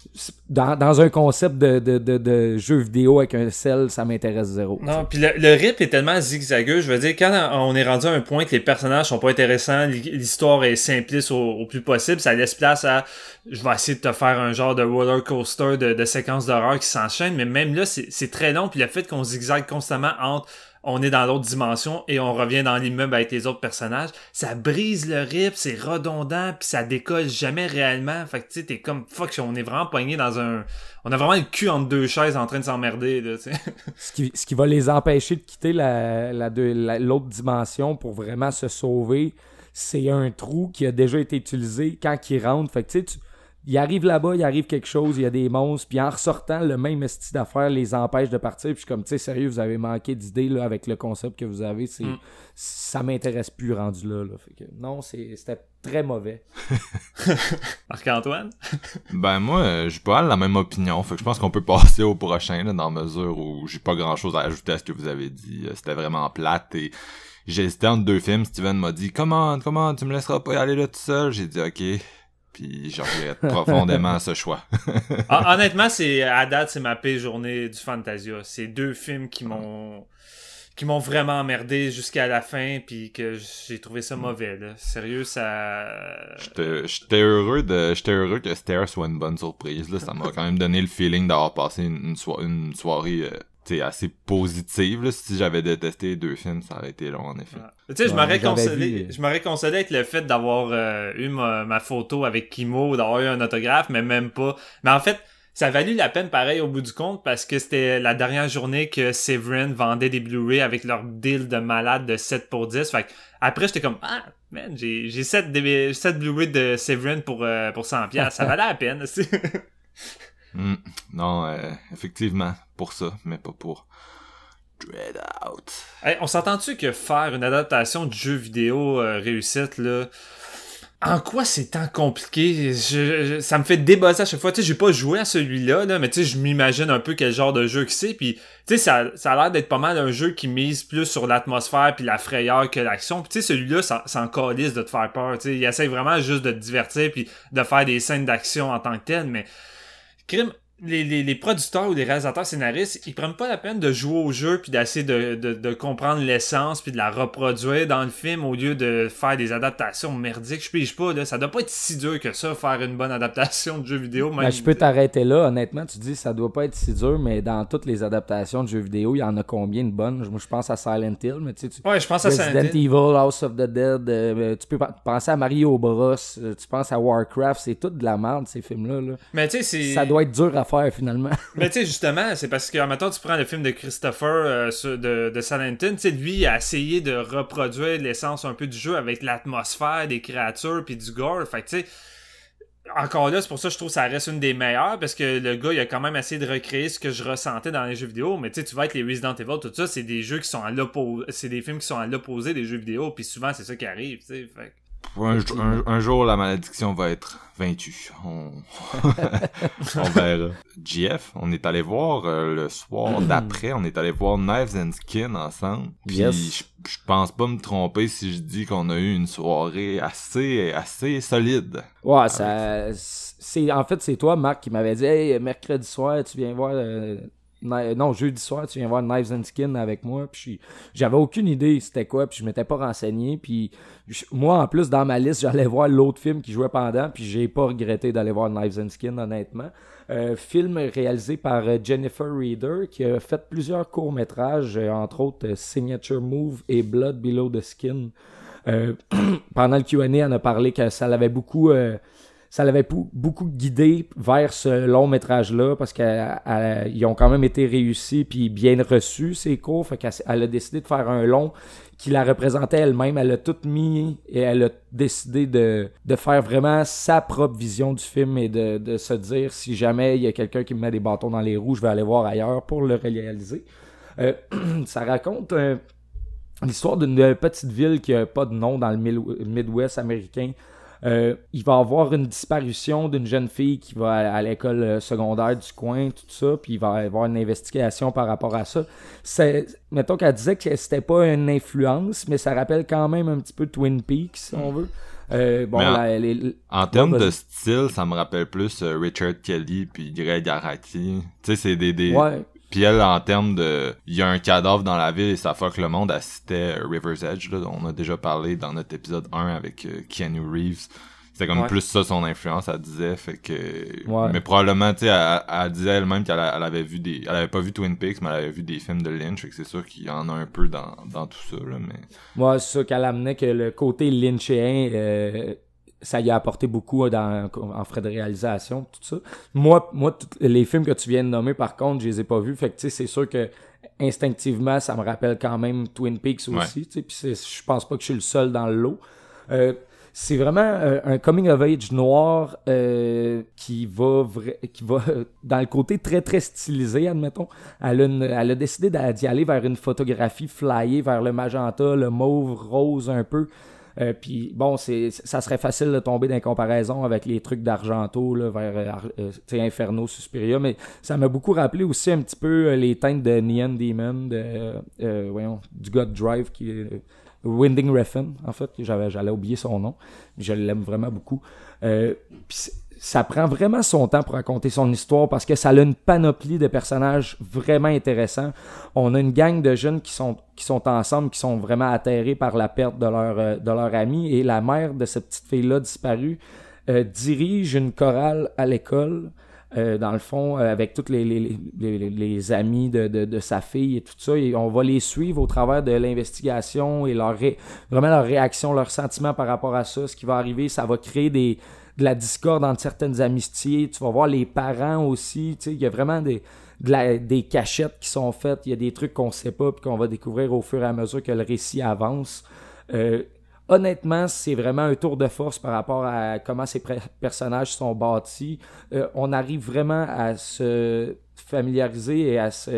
[SPEAKER 3] dans un concept de jeu vidéo avec un sel, ça m'intéresse zéro.
[SPEAKER 4] Non, puis le rip est tellement zigzagueux, je veux dire, quand on est rendu à un point que les personnages sont pas intéressants, l'histoire est simpliste au plus possible, ça laisse place à je vais essayer de te faire un genre de roller coaster de séquences d'horreur qui s'enchaînent, mais même là, c'est très long, puis le fait qu'on zigzague constamment entre on est dans l'autre dimension et on revient dans l'immeuble avec les autres personnages, ça brise le rythme, c'est redondant, puis ça décolle jamais réellement. Fait que tu sais, t'es comme fuck, on est vraiment pogné dans on a vraiment le cul entre deux chaises en train de s'emmerder, là, tu sais.
[SPEAKER 3] Ce qui va les empêcher de quitter l'autre dimension pour vraiment se sauver, c'est un trou qui a déjà été utilisé quand ils rentrent. Fait que tu sais, il arrive là-bas, il arrive quelque chose, il y a des monstres, puis en ressortant, le même esti d'affaires les empêche de partir. Puis je suis comme, tu sais, sérieux, vous avez manqué d'idées là, avec le concept que vous avez. Ça m'intéresse plus rendu là. Fait que, non, c'était très mauvais.
[SPEAKER 4] Marc-Antoine?
[SPEAKER 2] Ben moi, j'ai pas mal la même opinion. Fait que je pense qu'on peut passer au prochain, là, dans mesure où j'ai pas grand-chose à ajouter à ce que vous avez dit. C'était vraiment plate et j'ai hésité entre deux films. Steven m'a dit, comment, tu me laisseras pas y aller là tout seul? J'ai dit, ok. Puis je regrette profondément ce choix.
[SPEAKER 4] Honnêtement, à date, c'est ma pire journée du Fantasia. C'est deux films qui m'ont vraiment emmerdé jusqu'à la fin, puis que j'ai trouvé ça mauvais, là. Sérieux, ça...
[SPEAKER 2] J'étais heureux que Stare soit une bonne surprise, là. Ça m'a quand même donné le feeling d'avoir passé une soirée... assez positive, là. Si j'avais détesté les deux films, ça aurait été long, en effet.
[SPEAKER 4] Tu sais, je m'aurais consolé avec le fait d'avoir eu ma photo avec Kimo, d'avoir eu un autographe, mais même pas. Mais en fait, ça a valu la peine pareil au bout du compte parce que c'était la dernière journée que Severin vendait des Blu-ray avec leur deal de malade de 7 pour 10. Fait que après, j'étais comme, ah, man, j'ai 7 Blu-ray de Severin pour 100$. Ça valait la peine, aussi.
[SPEAKER 2] Non, effectivement, pour ça, mais pas pour Dread Out.
[SPEAKER 4] Hey, on s'entend-tu que faire une adaptation de jeu vidéo réussite, là, en quoi c'est tant compliqué? Ça me fait débosser à chaque fois. Tu sais, j'ai pas joué à celui-là, là, mais tu sais, je m'imagine un peu quel genre de jeu que c'est, puis tu sais, ça a l'air d'être pas mal un jeu qui mise plus sur l'atmosphère puis la frayeur que l'action. Puis tu sais, celui-là, ça en calisse de te faire peur. Tu sais, il essaie vraiment juste de te divertir puis de faire des scènes d'action en tant que telles, mais les producteurs ou les réalisateurs scénaristes, ils prennent pas la peine de jouer au jeu puis d'essayer de comprendre l'essence puis de la reproduire dans le film au lieu de faire des adaptations merdiques. Je pige pas, là. Ça doit pas être si dur que ça, faire une bonne adaptation de jeu vidéo. Même...
[SPEAKER 3] Ben, je peux t'arrêter là. Honnêtement, tu dis ça doit pas être si dur, mais dans toutes les adaptations de jeux vidéo, il y en a combien de bonnes? Moi, je pense à Silent Hill, mais tu sais,
[SPEAKER 4] ouais, je pense à Silent
[SPEAKER 3] Hill. Evil, House of the Dead, tu peux penser à Mario Bros, tu penses à Warcraft, c'est tout de la merde, ces films-là. Là.
[SPEAKER 4] Mais tu sais,
[SPEAKER 3] ça doit être dur à faire finalement.
[SPEAKER 4] Mais tu sais, justement, c'est parce que maintenant tu prends le film de Christopher de Silent Hill, tu sais, lui il a essayé de reproduire l'essence un peu du jeu avec l'atmosphère des créatures puis du gore. Fait que tu sais, encore là, c'est pour ça que je trouve que ça reste une des meilleures, parce que le gars il a quand même essayé de recréer ce que je ressentais dans les jeux vidéo. Mais tu sais, tu vas être les Resident Evil, tout ça, c'est des jeux qui sont à l'opposé, c'est des films qui sont à l'opposé des jeux vidéo, puis souvent c'est ça qui arrive, tu sais. Fait
[SPEAKER 2] un jour, la malédiction va être vaincue. On verra. GF, on est allé voir le soir d'après, on est allé voir Knives and Skin ensemble. Puis je pense pas me tromper si je dis qu'on a eu une soirée assez solide.
[SPEAKER 3] Ouais, en fait, c'est toi, Marc, qui m'avait dit « Hey, mercredi soir, tu viens voir... jeudi soir, tu viens voir Knives and Skin avec moi. » Puis j'avais aucune idée c'était quoi, puis je m'étais pas renseigné. Puis moi, en plus, dans ma liste, j'allais voir l'autre film qui jouait pendant, puis j'ai pas regretté d'aller voir Knives and Skin, honnêtement. Film réalisé par Jennifer Reeder, qui a fait plusieurs courts-métrages, entre autres Signature Move et Blood Below the Skin. Pendant le Q&A, elle a parlé que ça l'avait beaucoup guidé vers ce long métrage-là parce qu'ils ont quand même été réussis puis bien reçus, ces cours. Fait qu'elle a décidé de faire un long qui la représentait elle-même. Elle a tout mis et elle a décidé de faire vraiment sa propre vision du film et de se dire si jamais il y a quelqu'un qui me met des bâtons dans les roues, je vais aller voir ailleurs pour le réaliser. Ça raconte l'histoire d'une petite ville qui a pas de nom dans le Midwest américain. Il va y avoir une disparition d'une jeune fille qui va à l'école secondaire du coin, tout ça, puis il va y avoir une investigation par rapport à ça. Mettons qu'elle disait que c'était pas une influence, mais ça rappelle quand même un petit peu Twin Peaks, si on veut.
[SPEAKER 2] En termes de style, ça me rappelle plus Richard Kelly puis Greg Araki. Tu sais, c'est des...
[SPEAKER 3] Ouais.
[SPEAKER 2] Puis elle, en termes de... Il y a un cadavre dans la ville et ça fuck le monde, elle citait River's Edge, là, on a déjà parlé dans notre épisode 1 avec Keanu Reeves. C'était comme plus ça son influence, elle disait, fait que...
[SPEAKER 3] Ouais.
[SPEAKER 2] Mais probablement, tu sais, elle disait elle-même qu'elle avait vu elle avait pas vu Twin Peaks, mais elle avait vu des films de Lynch, fait que c'est sûr qu'il y en a un peu dans tout ça, là, mais...
[SPEAKER 3] Ouais, c'est ça qu'elle amenait, que le côté lynchéen, ça y a apporté beaucoup en frais de réalisation, tout ça. Moi, les films que tu viens de nommer, par contre, je les ai pas vus, fait que, tu sais, c'est sûr que instinctivement, ça me rappelle quand même Twin Peaks aussi, tu sais, puis je pense pas que je suis le seul dans le lot. C'est vraiment un coming of age noir qui va dans le côté très très stylisé, admettons. Elle a décidé d'y aller vers une photographie flyée vers le magenta, le mauve rose un peu. Puis bon, ça serait facile de tomber dans les comparaisons avec les trucs d'Argento là, vers Inferno, Suspiria, mais ça m'a beaucoup rappelé aussi un petit peu les teintes de Neon Demon, du gars de Drive qui est Winding Refn, en fait, j'allais oublier son nom, mais je l'aime vraiment beaucoup. Puis ça prend vraiment son temps pour raconter son histoire parce que ça a une panoplie de personnages vraiment intéressants. On a une gang de jeunes qui sont ensemble, qui sont vraiment atterrés par la perte de leur ami, et la mère de cette petite fille-là disparue dirige une chorale à l'école. Dans le fond, avec tous les amis de sa fille et tout ça, et on va les suivre au travers de l'investigation et vraiment leur réaction, leurs sentiments par rapport à ça. Ce qui va arriver, ça va créer de la discorde entre certaines amitiés. Tu vas voir les parents aussi, tu sais, il y a vraiment des cachettes qui sont faites, il y a des trucs qu'on sait pas puis qu'on va découvrir au fur et à mesure que le récit avance. Honnêtement, c'est vraiment un tour de force par rapport à comment ces personnages sont bâtis. On arrive vraiment à se familiariser et à se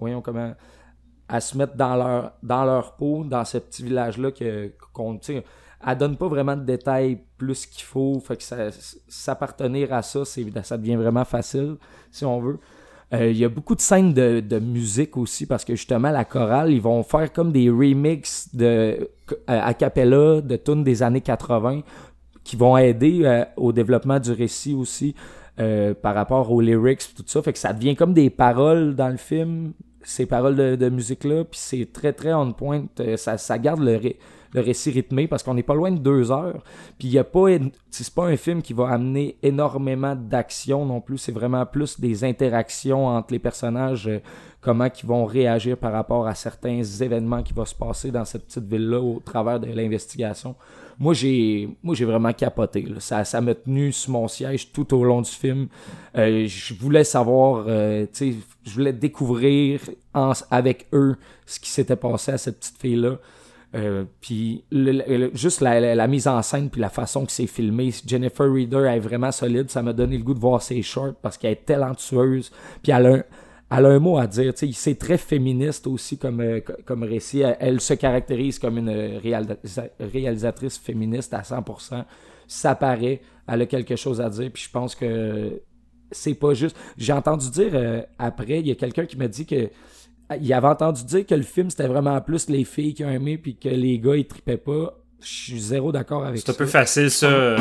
[SPEAKER 3] mettre dans leur peau, dans ce petit village-là qu'on, tu sais, elle donne pas vraiment de détails plus qu'il faut. Fait que s'appartenir à ça, ça devient vraiment facile, si on veut. Il y a beaucoup de scènes de musique aussi, parce que justement, la chorale, ils vont faire comme des remixes a cappella de tunes des années 80 qui vont aider au développement du récit aussi par rapport aux lyrics, tout ça. Fait que ça devient comme des paroles dans le film, ces paroles de musique-là, puis c'est très, très on point. Ça garde le récit rythmé parce qu'on n'est pas loin de 2 heures. Puis c'est pas un film qui va amener énormément d'action non plus. C'est vraiment plus des interactions entre les personnages, comment ils vont réagir par rapport à certains événements qui vont se passer dans cette petite ville-là au travers de l'investigation. Moi, j'ai vraiment capoté, là. Ça m'a tenu sur mon siège tout au long du film. Je voulais savoir, je voulais découvrir avec eux ce qui s'était passé à cette petite fille-là. Puis juste la mise en scène puis la façon que c'est filmé, Jennifer Reeder est vraiment solide. Ça m'a donné le goût de voir ses shorts parce qu'elle est talentueuse, puis elle a un mot à dire, tu sais. C'est très féministe aussi comme récit. Elle se caractérise comme une réalisatrice féministe à 100%. Ça paraît, elle a quelque chose à dire, puis je pense que c'est pas juste. J'ai entendu dire après, il y a quelqu'un qui m'a dit que il avait entendu dire que le film, c'était vraiment plus les filles qui ont aimé puis que les gars, ils tripaient pas. Je suis zéro d'accord avec ça.
[SPEAKER 4] C'est un peu facile, ça.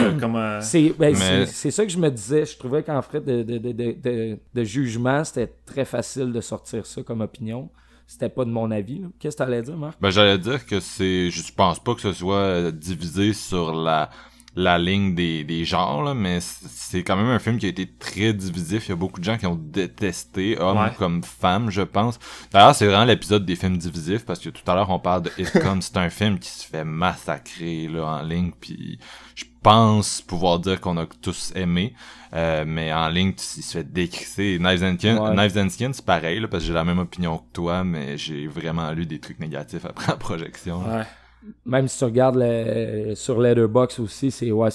[SPEAKER 3] C'est ça que je me disais. Je trouvais qu'en fait de jugement, c'était très facile de sortir ça comme opinion. C'était pas de mon avis, là. Qu'est-ce que t'allais dire, Marc?
[SPEAKER 2] J'allais dire que je pense pas que ce soit divisé sur la ligne des genres, là, mais c'est quand même un film qui a été très divisif. Il y a beaucoup de gens qui ont détesté, hommes comme femmes, je pense. D'ailleurs, c'est vraiment l'épisode des films divisifs, parce que tout à l'heure, on parle de It Comes. C'est un film qui se fait massacrer là en ligne, puis je pense pouvoir dire qu'on a tous aimé, mais en ligne, il se fait décrisser. Knives and Skin, c'est pareil, là, parce que j'ai la même opinion que toi, mais j'ai vraiment lu des trucs négatifs après la projection.
[SPEAKER 3] Ouais. Même si tu regardes sur Letterboxd aussi, c'est vrai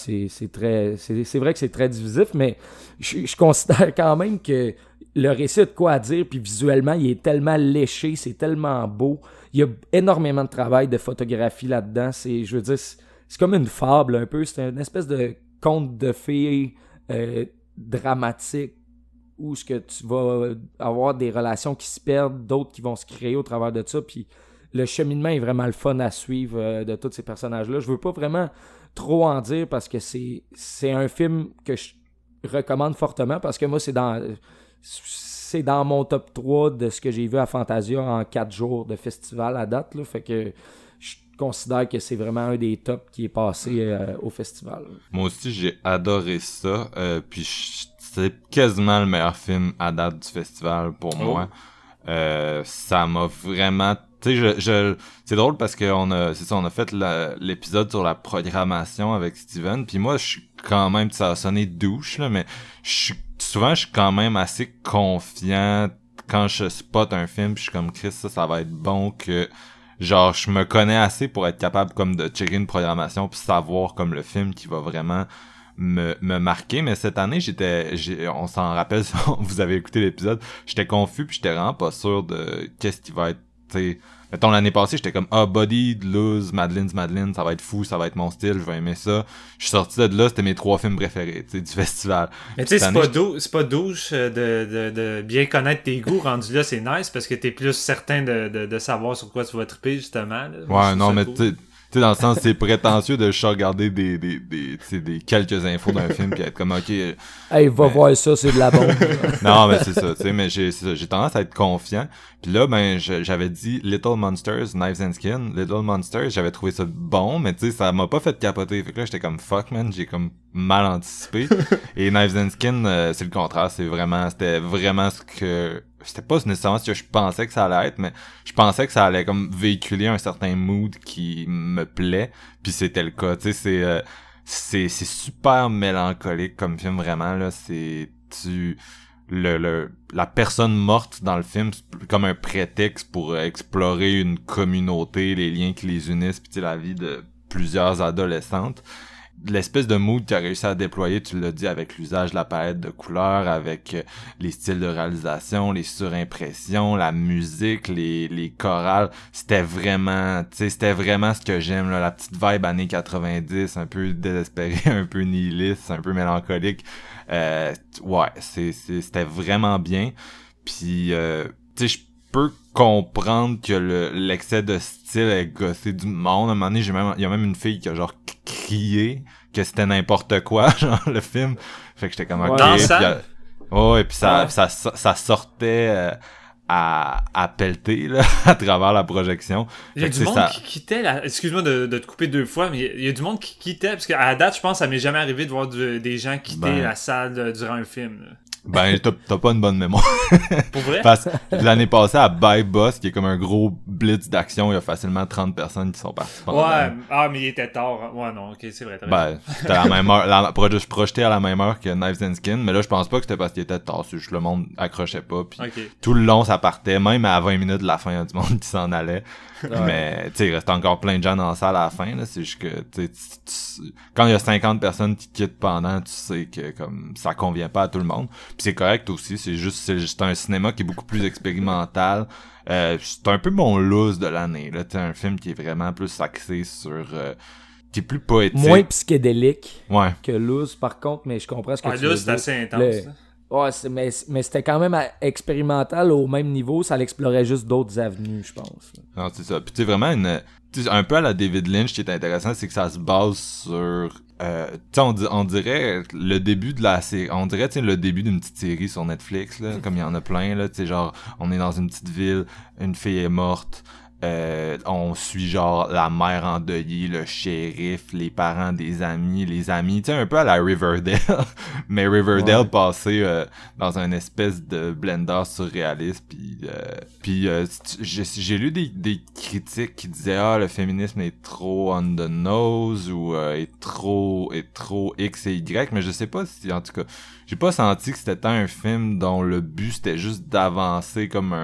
[SPEAKER 3] que c'est très divisif, mais je considère quand même que le récit a de quoi à dire, puis visuellement, il est tellement léché, c'est tellement beau. Il y a énormément de travail de photographie là-dedans. Je veux dire, c'est comme une fable un peu, c'est une espèce de conte de fées dramatique où ce que tu vas avoir des relations qui se perdent, d'autres qui vont se créer au travers de ça, puis le cheminement est vraiment le fun à suivre de tous ces personnages-là. Je veux pas vraiment trop en dire parce que c'est un film que je recommande fortement parce que moi, c'est dans mon top 3 de ce que j'ai vu à Fantasia en 4 jours de festival à date. Là, fait que je considère que c'est vraiment un des tops qui est passé au festival.
[SPEAKER 2] Moi aussi, j'ai adoré ça. Puis c'est quasiment le meilleur film à date du festival pour moi. Ça m'a vraiment... Tu sais, c'est drôle parce que on a fait l'épisode sur la programmation avec Steven, puis moi, je suis quand même, ça a sonné douche, là, mais souvent, je suis quand même assez confiant quand je spot un film, puis je suis comme, Chris, ça va être bon, que genre, je me connais assez pour être capable comme de checker une programmation puis savoir comme le film qui va vraiment me marquer. Mais cette année, on s'en rappelle, vous avez écouté l'épisode, j'étais confus puis j'étais vraiment pas sûr de qu'est-ce qui va être, tu sais, mettons l'année passée, j'étais comme Buddy, Luz, Madeleine, ça va être fou, ça va être mon style, je vais aimer ça. Je suis sorti de là, c'était mes 3 films préférés, tu sais, du festival.
[SPEAKER 4] Mais tu sais, c'est pas douche de bien connaître tes goûts. Rendu là, c'est nice parce que t'es plus certain de savoir sur quoi tu vas triper, justement. Là.
[SPEAKER 2] Ouais, non, mais cool. Tu sais, dans le sens, c'est prétentieux de juste regarder des quelques infos d'un film pis être comme, ok.
[SPEAKER 3] Hey, va voir ça, c'est de la bombe.
[SPEAKER 2] Non, mais c'est ça, tu sais, mais j'ai tendance à être confiant. Puis là, ben, j'avais dit Little Monsters, Knives and Skin. Little Monsters, j'avais trouvé ça bon, mais tu sais, ça m'a pas fait capoter. Fait que là, j'étais comme, fuck, man, j'ai comme mal anticipé. Et Knives and Skin, c'est le contraire, c'était vraiment ce que... C'était pas nécessairement ce que je pensais que ça allait être, mais je pensais que ça allait comme véhiculer un certain mood qui me plaît, puis c'était le cas. Tu sais, c'est super mélancolique comme film, vraiment, là. La personne morte dans le film, c'est comme un prétexte pour explorer une communauté, les liens qui les unissent, puis tu sais, la vie de plusieurs adolescentes. L'espèce de mood qu'il a réussi à déployer, tu l'as dit, avec l'usage de la palette de couleurs, avec les styles de réalisation, les surimpressions, la musique, les chorales, c'était vraiment ce que j'aime, là, la petite vibe années 90, un peu désespérée, un peu nihiliste, un peu mélancolique. Ouais, c'était vraiment bien. Puis, tu sais, je peux comprendre que l'excès de style est gossé du monde. À un moment donné, il y a même une fille qui a genre crié que c'était n'importe quoi, genre, le film. Fait que j'étais comme, ok. Et puis ça sortait à pelleter, là, à travers la projection.
[SPEAKER 4] Il y a du monde qui quittait excuse-moi de te couper 2 fois, mais il y a du monde qui quittait, parce qu'à la date, je pense que ça m'est jamais arrivé de voir des gens quitter la salle durant un film, là.
[SPEAKER 2] Ben, t'as pas une bonne mémoire.
[SPEAKER 4] Pour vrai?
[SPEAKER 2] Parce que l'année passée, à Buy Boss, qui est comme un gros blitz d'action, il y a facilement 30 personnes qui sont parties.
[SPEAKER 4] Mais il était tard. Ouais, non, ok, c'est vrai.
[SPEAKER 2] Ben, c'était à la même heure. Je projetais à la même heure que Knives and Skin, mais là, je pense pas que c'était parce qu'il était tard. C'est juste le monde accrochait pas. Puis tout le long, ça partait. Même à 20 minutes de la fin, il y a du monde qui s'en allait. Mais, tu sais, il restait encore plein de gens dans la salle à la fin, là. C'est juste que, tu sais, quand il y a 50 personnes qui quittent pendant, tu sais que, comme, ça convient pas à tout le monde. Puis c'est correct aussi, c'est juste un cinéma qui est beaucoup plus expérimental. C'est un peu mon loose de l'année, là. C'est un film qui est vraiment plus axé sur... qui est plus poétique.
[SPEAKER 3] Moins psychédélique
[SPEAKER 2] que
[SPEAKER 3] loose, par contre, mais je comprends ce que tu veux dire.
[SPEAKER 4] Loose, c'est assez intense.
[SPEAKER 3] Ouais, mais c'était quand même expérimental au même niveau, ça l'explorait juste d'autres avenues, je pense.
[SPEAKER 2] Non, c'est ça. Puis tu sais, vraiment un peu à la David Lynch, qui est intéressant, c'est que ça se base sur... tu sais, on dirait le début de la série, on dirait, tu sais, le début d'une petite série sur Netflix, là, comme il y en a plein, là, tu sais, genre, on est dans une petite ville, une fille est morte, on suit genre la mère endeuillée, le shérif, les parents des amis, les amis, tu sais, un peu à la Riverdale, mais Riverdale passé dans une espèce de blender surréaliste, puis j'ai lu des critiques qui disaient le féminisme est trop on the nose ou est trop X et Y, mais je sais pas si, en tout cas, j'ai pas senti que c'était tant un film dont le but c'était juste d'avancer comme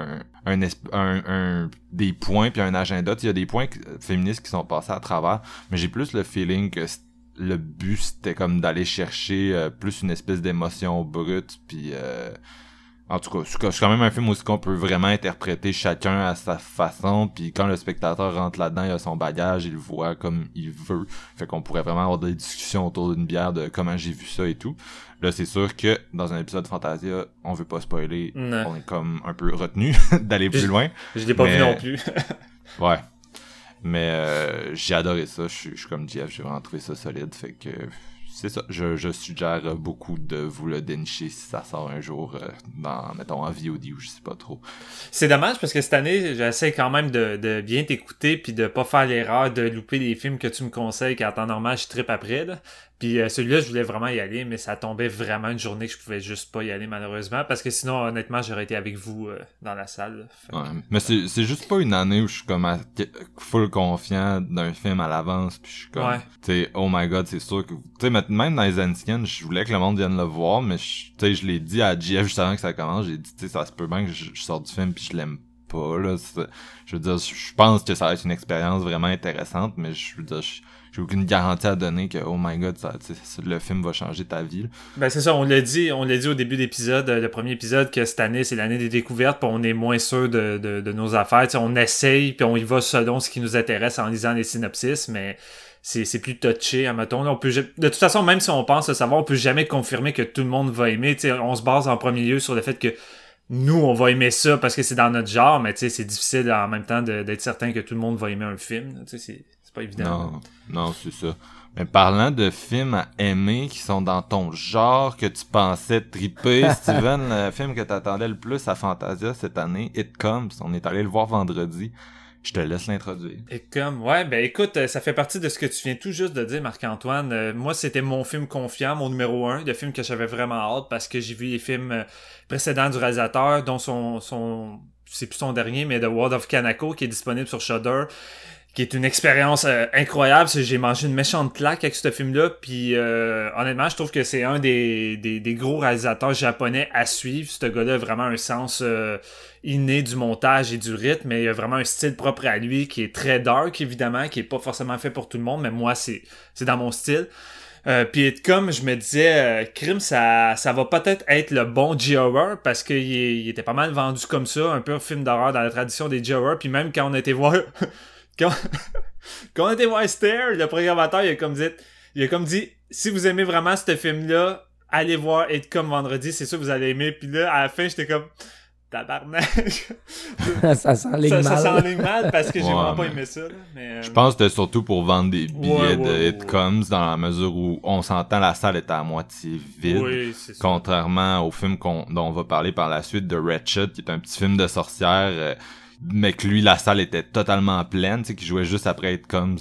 [SPEAKER 2] des points puis un agenda. Il y a des points féministes qui sont passés à travers, mais j'ai plus le feeling que le but c'était comme d'aller chercher plus une espèce d'émotion brute, puis En tout cas, c'est quand même un film aussi qu'on peut vraiment interpréter chacun à sa façon, puis quand le spectateur rentre là-dedans, il a son bagage, il le voit comme il veut. Fait qu'on pourrait vraiment avoir des discussions autour d'une bière de comment j'ai vu ça et tout. Là, c'est sûr que dans un épisode de Fantasia, on veut pas spoiler,
[SPEAKER 4] Non.
[SPEAKER 2] on est comme un peu retenu d'aller plus loin.
[SPEAKER 4] Je l'ai pas vu non plus.
[SPEAKER 2] Ouais. Mais j'ai adoré ça, je suis comme Jeff, j'ai vraiment trouvé ça solide, fait que c'est ça, je suggère beaucoup de vous le dénicher si ça sort un jour dans, mettons, en VOD ou je sais pas trop.
[SPEAKER 4] C'est dommage parce que cette année, j'essaie quand même de bien t'écouter puis de pas faire l'erreur de louper les films que tu me conseilles qu'en temps normal, je trippe après, là. Puis celui-là, je voulais vraiment y aller, mais ça tombait vraiment une journée que je pouvais juste pas y aller malheureusement, parce que sinon, honnêtement, j'aurais été avec vous dans la salle.
[SPEAKER 2] Ouais, mais c'est juste pas une année où je suis comme full confiant d'un film à l'avance, puis je suis comme, tu sais, oh my god, c'est sûr que, tu sais, même dans les Anciens, je voulais que le monde vienne le voir, mais tu sais, je l'ai dit à JF juste avant que ça commence, j'ai dit, tu sais, ça se peut bien que je sorte du film puis je l'aime pas, là. Je veux dire, je pense que ça va être une expérience vraiment intéressante, mais je veux dire, j'ai aucune garantie à donner que, oh my god, le film va changer ta vie, là.
[SPEAKER 4] Ben c'est ça, on l'a dit au début de l'épisode, le premier épisode, que cette année, c'est l'année des découvertes, puis on est moins sûr de nos affaires. T'sais, on essaye, puis on y va selon ce qui nous intéresse en lisant les synopsis, mais c'est plus touché, admettons. Là, de toute façon, même si on pense le savoir, on peut jamais confirmer que tout le monde va aimer. T'sais, on se base en premier lieu sur le fait que nous, on va aimer ça parce que c'est dans notre genre, mais c'est difficile en même temps d'être certain que tout le monde va aimer un film. C'est pas évident.
[SPEAKER 2] Non, c'est ça. Mais parlant de films à aimer qui sont dans ton genre que tu pensais triper, Steven, le film que t'attendais le plus à Fantasia cette année, It Comes, on est allé le voir vendredi. Je te laisse l'introduire.
[SPEAKER 4] Et ouais, ben écoute, ça fait partie de ce que tu viens tout juste de dire, Marc-Antoine. Moi, c'était mon film confiant, mon numéro 1, le film que j'avais vraiment hâte parce que j'ai vu les films précédents du réalisateur, dont c'est plus son dernier, mais The World of Kanako, qui est disponible sur Shudder, qui est une expérience incroyable. J'ai mangé une méchante claque avec ce film-là, puis honnêtement, je trouve que c'est un des gros réalisateurs japonais à suivre. Ce gars-là a vraiment un sens inné du montage et du rythme, mais il a vraiment un style propre à lui qui est très dark, évidemment, qui est pas forcément fait pour tout le monde, mais moi, c'est dans mon style. Puis comme je me disais, Crime, ça va peut-être être le bon G-horror parce qu'il était pas mal vendu comme ça, un peu un film d'horreur dans la tradition des G-horror, puis même quand on était voir... Quand on était voir Stare, le programmateur, il a comme dit, si vous aimez vraiment ce film-là, allez voir It Come vendredi, c'est sûr que vous allez aimer. Puis là, à la fin, j'étais comme, tabarnak.
[SPEAKER 3] ça s'enligne mal.
[SPEAKER 4] Ça s'enligne mal parce que j'ai vraiment pas aimé ça. Là, mais,
[SPEAKER 2] je pense que c'était surtout pour vendre des billets de It Comes dans la mesure où on s'entend la salle est à moitié vide.
[SPEAKER 4] Oui, c'est ça.
[SPEAKER 2] Contrairement au film dont on va parler par la suite de Wretched, qui est un petit film de sorcière... mais que lui, la salle était totalement pleine, tu sais, qui jouait juste après It Comes,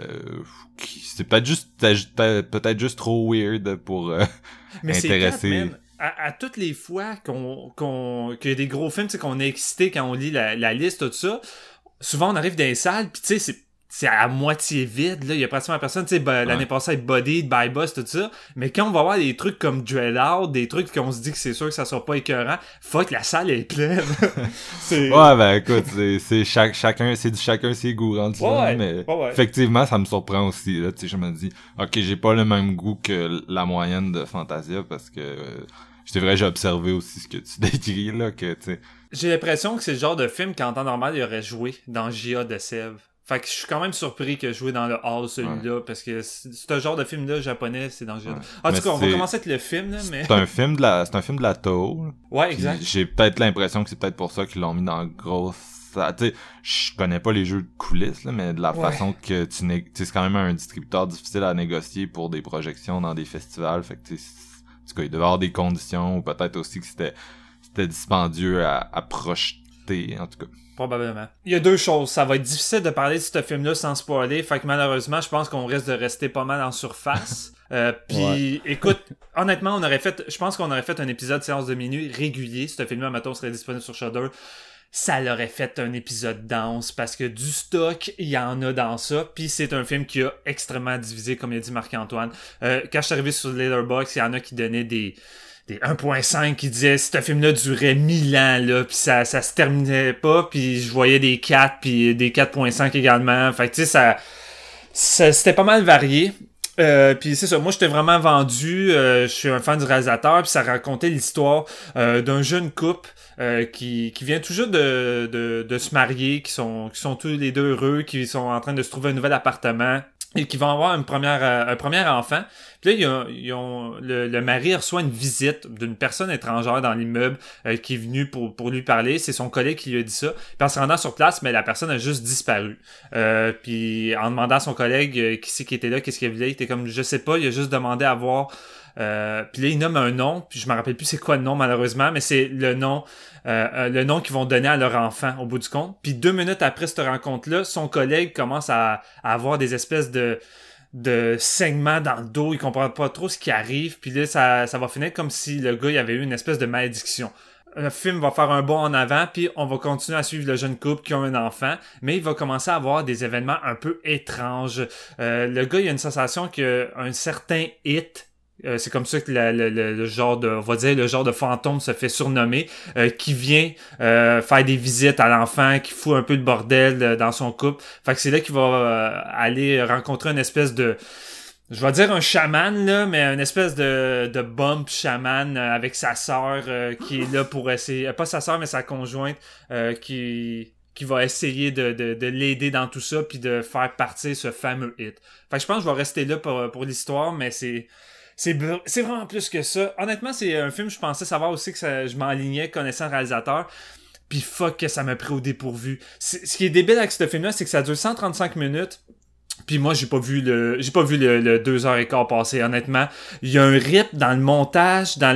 [SPEAKER 2] c'est peut-être juste trop weird pour
[SPEAKER 4] mais
[SPEAKER 2] intéresser.
[SPEAKER 4] À toutes les fois qu'il y a des gros films, tu sais, qu'on est excité quand on lit la liste, tout ça, souvent on arrive dans les salles, pis tu sais, c'est à moitié vide, là, il y a pratiquement personne, tu sais, l'année passée avec Body, By Bus, tout ça, mais quand on va voir des trucs comme Dread Out, des trucs qu'on se dit que c'est sûr que ça sera pas écœurant, fuck, la salle est pleine.
[SPEAKER 2] Ouais, ben écoute, c'est chacun ses goûts rendus là, mais effectivement, ça me surprend aussi, là, tu sais, je me dis, ok, j'ai pas le même goût que la moyenne de Fantasia, parce que, c'est vrai, j'ai observé aussi ce que tu décris, là, que, tu sais.
[SPEAKER 4] J'ai l'impression que c'est le genre de film qu'en temps normal, il aurait joué dans J.A. de Sèvres. Fait que je suis quand même surpris que jouer dans le hall celui-là, parce que ce genre de film-là japonais, c'est dans le jeu. En tout cas, on va commencer avec le film, là, mais...
[SPEAKER 2] C'est un film de la Toho.
[SPEAKER 4] Ouais, exact.
[SPEAKER 2] J'ai peut-être l'impression que c'est peut-être pour ça qu'ils l'ont mis dans le gros... Tu sais, je connais pas les jeux de coulisses, là, mais de la façon que c'est quand même un distributeur difficile à négocier pour des projections dans des festivals, fait que tu sais, en tout cas, il devait y avoir des conditions, ou peut-être aussi que c'était dispendieux à projeter, en tout cas.
[SPEAKER 4] Probablement. Il y a deux choses. Ça va être difficile de parler de ce film-là sans spoiler. Fait que malheureusement, je pense qu'on risque de rester pas mal en surface. Puis, écoute, honnêtement, je pense qu'on aurait fait un épisode séance de minuit régulier. Ce film-là, mettons, serait disponible sur Shudder. Ça l'aurait fait un épisode dense parce que du stock, il y en a dans ça. Puis c'est un film qui a extrêmement divisé, comme il a dit Marc-Antoine. Quand je suis arrivé sur Letterboxd, il y en a qui donnaient des 1.5 qui disaient ce film-là durait 1000 ans, là, pis ça se terminait pas, puis je voyais des 4, puis des 4.5 également. Fait que tu sais, ça c'était pas mal varié. Puis c'est ça, moi j'étais vraiment vendu, je suis un fan du réalisateur, puis ça racontait l'histoire d'un jeune couple qui vient tout juste de se marier, qui sont tous les deux heureux, qui sont en train de se trouver un nouvel appartement et qui vont avoir un premier enfant. Puis là, le mari reçoit une visite d'une personne étrangère dans l'immeuble qui est venue pour lui parler. C'est son collègue qui lui a dit ça. Puis en se rendant sur place, mais la personne a juste disparu. Puis en demandant à son collègue qui c'est qui était là, qu'est-ce qu'il voulait, il était comme, je sais pas, il a juste demandé à voir. Puis là, il nomme un nom, puis je me rappelle plus c'est quoi le nom malheureusement, mais c'est le nom qu'ils vont donner à leur enfant au bout du compte. Puis 2 minutes après cette rencontre-là, son collègue commence à avoir des espèces de saignements dans le dos, il comprend pas trop ce qui arrive, puis là ça va finir comme si le gars il avait eu une espèce de malédiction. Le film va faire un bond en avant, puis on va continuer à suivre le jeune couple qui a un enfant, mais il va commencer à avoir des événements un peu étranges. Le gars il a une sensation qu'un certain hit, c'est comme ça que le genre de, on va dire le genre de fantôme se fait surnommer, qui vient faire des visites à l'enfant, qui fout un peu de bordel dans son couple. Fait que c'est là qu'il va aller rencontrer une espèce de, je vais dire un chaman là, mais une espèce de bump chaman avec sa sœur qui est là pour essayer, pas sa sœur mais sa conjointe qui va essayer de l'aider dans tout ça puis de faire partir ce fameux hit. Fait que je pense que je vais rester là pour l'histoire, mais c'est vraiment plus que ça. Honnêtement, c'est un film, je pensais savoir aussi que je m'enlignais connaissant le réalisateur. Puis fuck que ça m'a pris au dépourvu. Ce qui est débile avec ce film-là, c'est que ça dure 135 minutes. Puis moi, j'ai pas vu le 2h15 passer, honnêtement. Il y a un rythme dans le montage, dans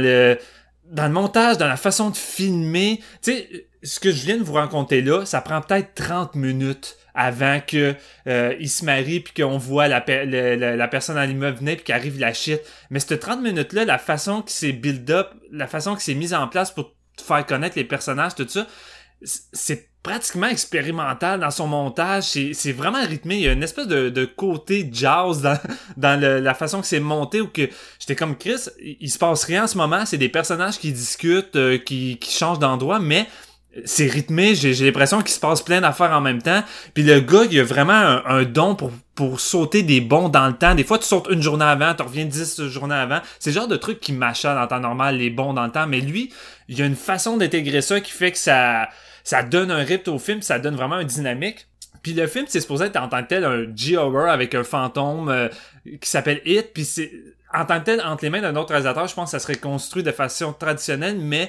[SPEAKER 4] la façon de filmer. Tu sais, ce que je viens de vous raconter là, ça prend peut-être 30 minutes avant que il se marie puis qu'on voit la personne à l'immeuble venir puis qu'arrive la shit. Mais cette 30 minutes-là, la façon qui s'est build up, la façon qui s'est mise en place pour faire connaître les personnages, tout ça, c'est pratiquement expérimental dans son montage. C'est vraiment rythmé. Il y a une espèce de côté jazz dans la façon que c'est monté, où que j'étais comme Chris, il se passe rien en ce moment. C'est des personnages qui discutent, qui changent d'endroit, mais c'est rythmé, j'ai l'impression qu'il se passe plein d'affaires en même temps. Puis le gars, il a vraiment un don pour sauter des bonds dans le temps. Des fois, tu sautes une journée avant, tu reviens 10 journées avant. C'est le genre de truc qui m'achète en temps normal, les bonds dans le temps. Mais lui, il y a une façon d'intégrer ça qui fait que ça donne un rythme au film, ça donne vraiment un dynamique. Puis le film, c'est supposé être en tant que tel un G-horror avec un fantôme qui s'appelle It. Puis c'est en tant que tel, entre les mains d'un autre réalisateur, je pense que ça serait construit de façon traditionnelle, mais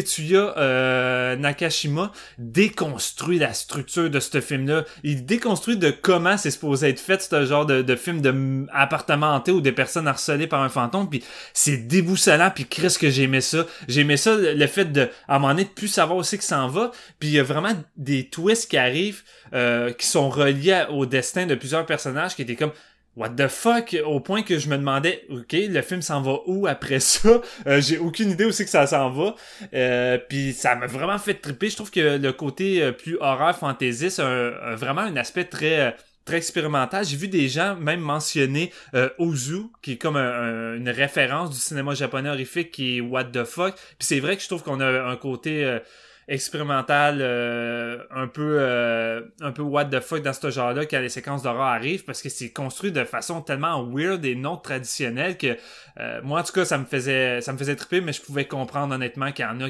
[SPEAKER 4] Tetsuya Nakashima déconstruit la structure de ce film-là. Il déconstruit de comment c'est supposé être fait, ce genre de film de appartement hanté ou des personnes harcelées par un fantôme, puis c'est déboussolant, puis Christ que j'aimais ça. J'aimais ça, le fait de, à un moment donné, de plus savoir aussi que ça en va, puis il y a vraiment des twists qui arrivent, qui sont reliés au destin de plusieurs personnages qui étaient comme what the fuck, au point que je me demandais, ok, le film s'en va où après ça? J'ai aucune idée où c'est que ça s'en va. Puis ça m'a vraiment fait triper. Je trouve que le côté plus horreur fantaisiste a vraiment un aspect très expérimental. J'ai vu des gens même mentionner Ozu, qui est comme une référence du cinéma japonais horrifique, qui est what the fuck. Puis c'est vrai que je trouve qu'on a un côté expérimental un peu what the fuck dans ce genre-là quand les séquences d'horreur arrivent, parce que c'est construit de façon tellement weird et non traditionnelle que moi en tout cas ça me faisait triper, mais je pouvais comprendre honnêtement qu'il y en a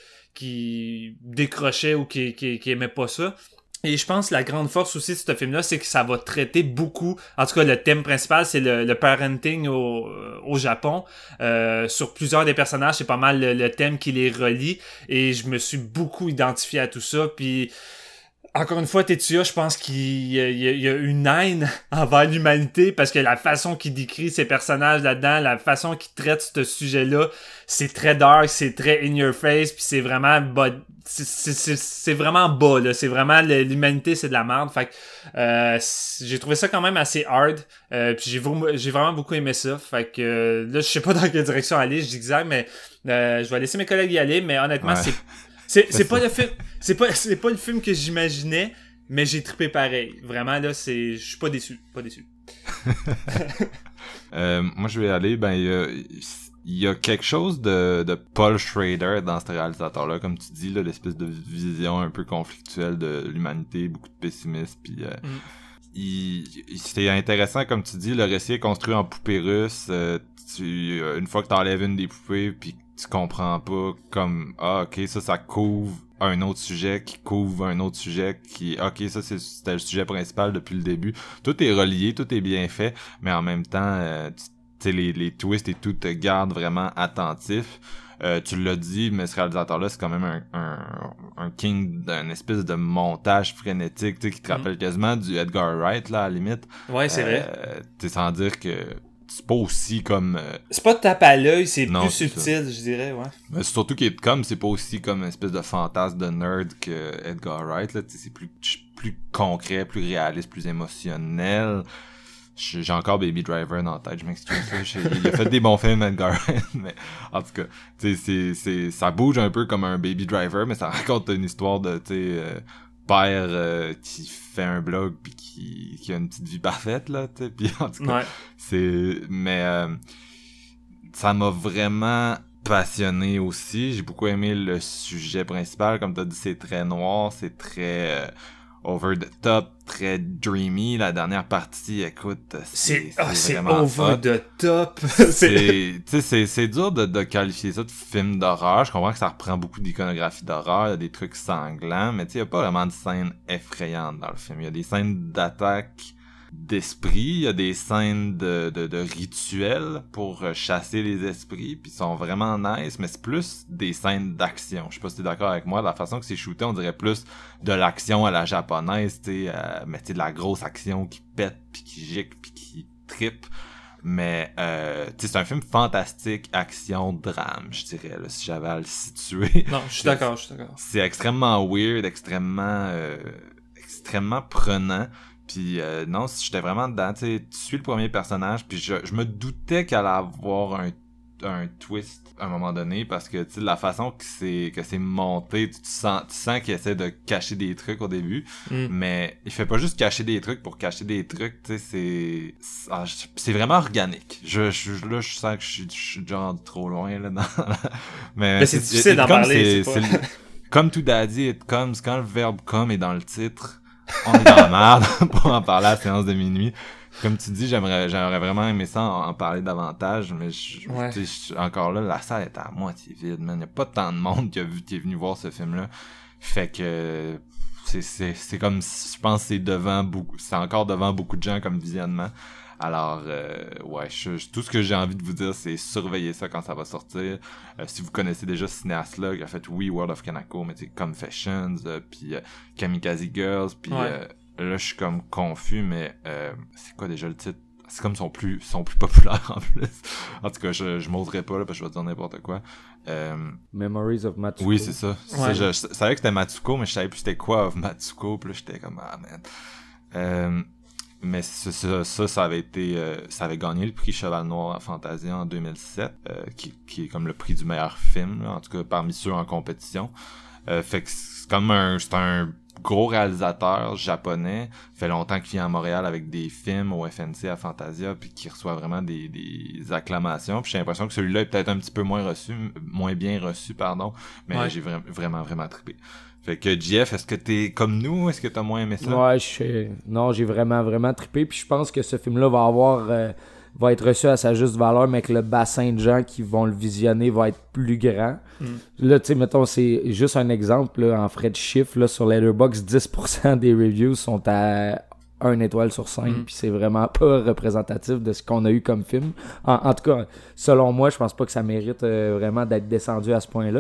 [SPEAKER 4] qui décrochaient ou qui aimaient pas ça. Et je pense que la grande force aussi de ce film-là, c'est que ça va traiter beaucoup, en tout cas le thème principal, c'est le parenting au Japon. Sur plusieurs des personnages, c'est pas mal le thème qui les relie, et je me suis beaucoup identifié à tout ça. Puis encore une fois, Tetsuya, je pense qu'il y a une haine envers l'humanité, parce que la façon qu'il décrit ses personnages là-dedans, la façon qu'il traite ce sujet-là, c'est très dark, c'est très in your face, puis c'est vraiment c'est vraiment bas, là. C'est vraiment l'humanité, c'est de la merde. Fait que j'ai trouvé ça quand même assez hard. Puis j'ai vraiment beaucoup aimé ça. Fait que là, je sais pas dans quelle direction aller, je zigzag, mais je vais laisser mes collègues y aller, mais honnêtement,
[SPEAKER 2] ouais.
[SPEAKER 4] C'est pas le film, c'est pas le film que j'imaginais, mais j'ai trippé pareil. Vraiment là, je suis pas déçu.
[SPEAKER 2] Moi je vais aller, il y a quelque chose de Paul Schrader dans ce réalisateur-là, comme tu dis, là, l'espèce de vision un peu conflictuelle de l'humanité, beaucoup de pessimisme, puis c'est intéressant, comme tu dis, le récit est construit en poupée russe. Une fois que t'enlèves une des poupées, puis tu comprends pas comme ok, ça couvre un autre sujet qui couvre un autre sujet qui ça c'était le sujet principal depuis le début. Tout est relié, tout est bien fait, mais en même temps tu sais les twists et tout te gardent vraiment attentif. Tu l'as dit, mais ce réalisateur-là, c'est quand même un king d'une espèce de montage frénétique, tu sais, qui te rappelle quasiment du Edgar Wright, là, à la limite.
[SPEAKER 4] Ouais, c'est vrai.
[SPEAKER 2] Tu sais, sans dire que c'est pas aussi comme...
[SPEAKER 4] C'est pas de tape à l'œil, c'est
[SPEAKER 2] non,
[SPEAKER 4] plus
[SPEAKER 2] c'est
[SPEAKER 4] subtil, je dirais, ouais.
[SPEAKER 2] Mais surtout qu'il est comme, c'est pas aussi comme une espèce de fantasme de nerd que Edgar Wright, là, tu sais, c'est plus concret, plus réaliste, plus émotionnel. J'ai encore Baby Driver dans la tête, je m'excuse. Il a fait des bons films, Edgar Wright, mais en tout cas, tu sais, ça bouge un peu comme un Baby Driver, mais ça raconte une histoire de, tu sais, père qui fait un blog puis qui a une petite vie parfaite, là, tu sais, puis en tout cas, ça m'a vraiment passionné aussi. J'ai beaucoup aimé le sujet principal, comme t'as dit, c'est très noir, c'est très... over the top, très dreamy. La dernière partie, écoute, c'est vraiment
[SPEAKER 4] over
[SPEAKER 2] hot.
[SPEAKER 4] the top.
[SPEAKER 2] c'est dur de qualifier ça de film d'horreur. Je comprends que ça reprend beaucoup d'iconographie d'horreur, il y a des trucs sanglants, mais tu sais, il y a pas vraiment de scènes effrayantes dans le film. Il y a des scènes d'attaque d'esprit, il y a des scènes de rituels pour chasser les esprits, puis sont vraiment nice, mais c'est plus des scènes d'action. Je sais pas si t'es d'accord avec moi, de la façon que c'est shooté, on dirait plus de l'action à la japonaise, tu sais, mais tu sais, de la grosse action qui pète, puis qui gicle, puis qui trippe. Mais tu sais, c'est un film fantastique, action, drame, je dirais, là, si j'avais à le situer.
[SPEAKER 4] Non, je suis d'accord.
[SPEAKER 2] C'est extrêmement weird, extrêmement prenant. Puis non, j'étais vraiment dedans, tu sais, tu suis le premier personnage, puis je me doutais qu'elle allait avoir un twist à un moment donné, parce que tu sais, la façon que c'est monté, tu sens qu'il essaie de cacher des trucs au début, mais il fait pas juste cacher des trucs pour cacher des trucs, tu sais, c'est vraiment organique. Je sens que je suis déjà rendu trop loin là mais
[SPEAKER 4] c'est difficile d'en parler,
[SPEAKER 2] comme tout daddy, it comes, quand le verbe come est dans le titre, on est dans la merde pour en parler à la séance de minuit. Comme tu dis, j'aurais vraiment aimé ça en parler davantage, mais encore là, la salle est à moitié vide, man. Il y a pas tant de monde qui est venu voir ce film-là. Fait que c'est comme, je pense que c'est encore devant beaucoup de gens comme visionnement. Alors, tout ce que j'ai envie de vous dire, c'est surveiller ça quand ça va sortir. Si vous connaissez déjà ce cinéaste-là, qui a fait World of Kanako, mais tu sais, Confessions, puis Kamikaze Girls, puis là, je suis comme confus, mais c'est quoi déjà le titre? C'est comme sont plus populaires en plus. En tout cas, je m'oserais pas là, parce que je vais dire n'importe quoi.
[SPEAKER 3] Memories of Matsuko.
[SPEAKER 2] Oui, c'est ça. Je savais que c'était Matsuko, mais je savais plus c'était quoi of Matsuko, puis là, j'étais comme, ah man. Mais ça avait été ça avait gagné le prix Cheval Noir à Fantasia en 2007, qui est comme le prix du meilleur film, là, en tout cas parmi ceux en compétition. Fait que c'est un gros réalisateur japonais, fait longtemps qu'il vient à Montréal avec des films au FNC à Fantasia, puis qui reçoit vraiment des acclamations. Puis j'ai l'impression que celui-là est peut-être un petit peu moins bien reçu, mais j'ai vraiment trippé. Fait que JF, est-ce que t'es comme nous? Est-ce que t'as moins aimé ça?
[SPEAKER 3] Ouais, j'ai vraiment trippé. Puis je pense que ce film-là va être reçu à sa juste valeur, mais que le bassin de gens qui vont le visionner va être plus grand. Là, tu sais, mettons, c'est juste un exemple, là, en frais de chiffre, là, sur Letterboxd, 10% des reviews sont à 1 étoile sur 5, puis c'est vraiment pas représentatif de ce qu'on a eu comme film. En tout cas, selon moi, je pense pas que ça mérite vraiment d'être descendu à ce point-là.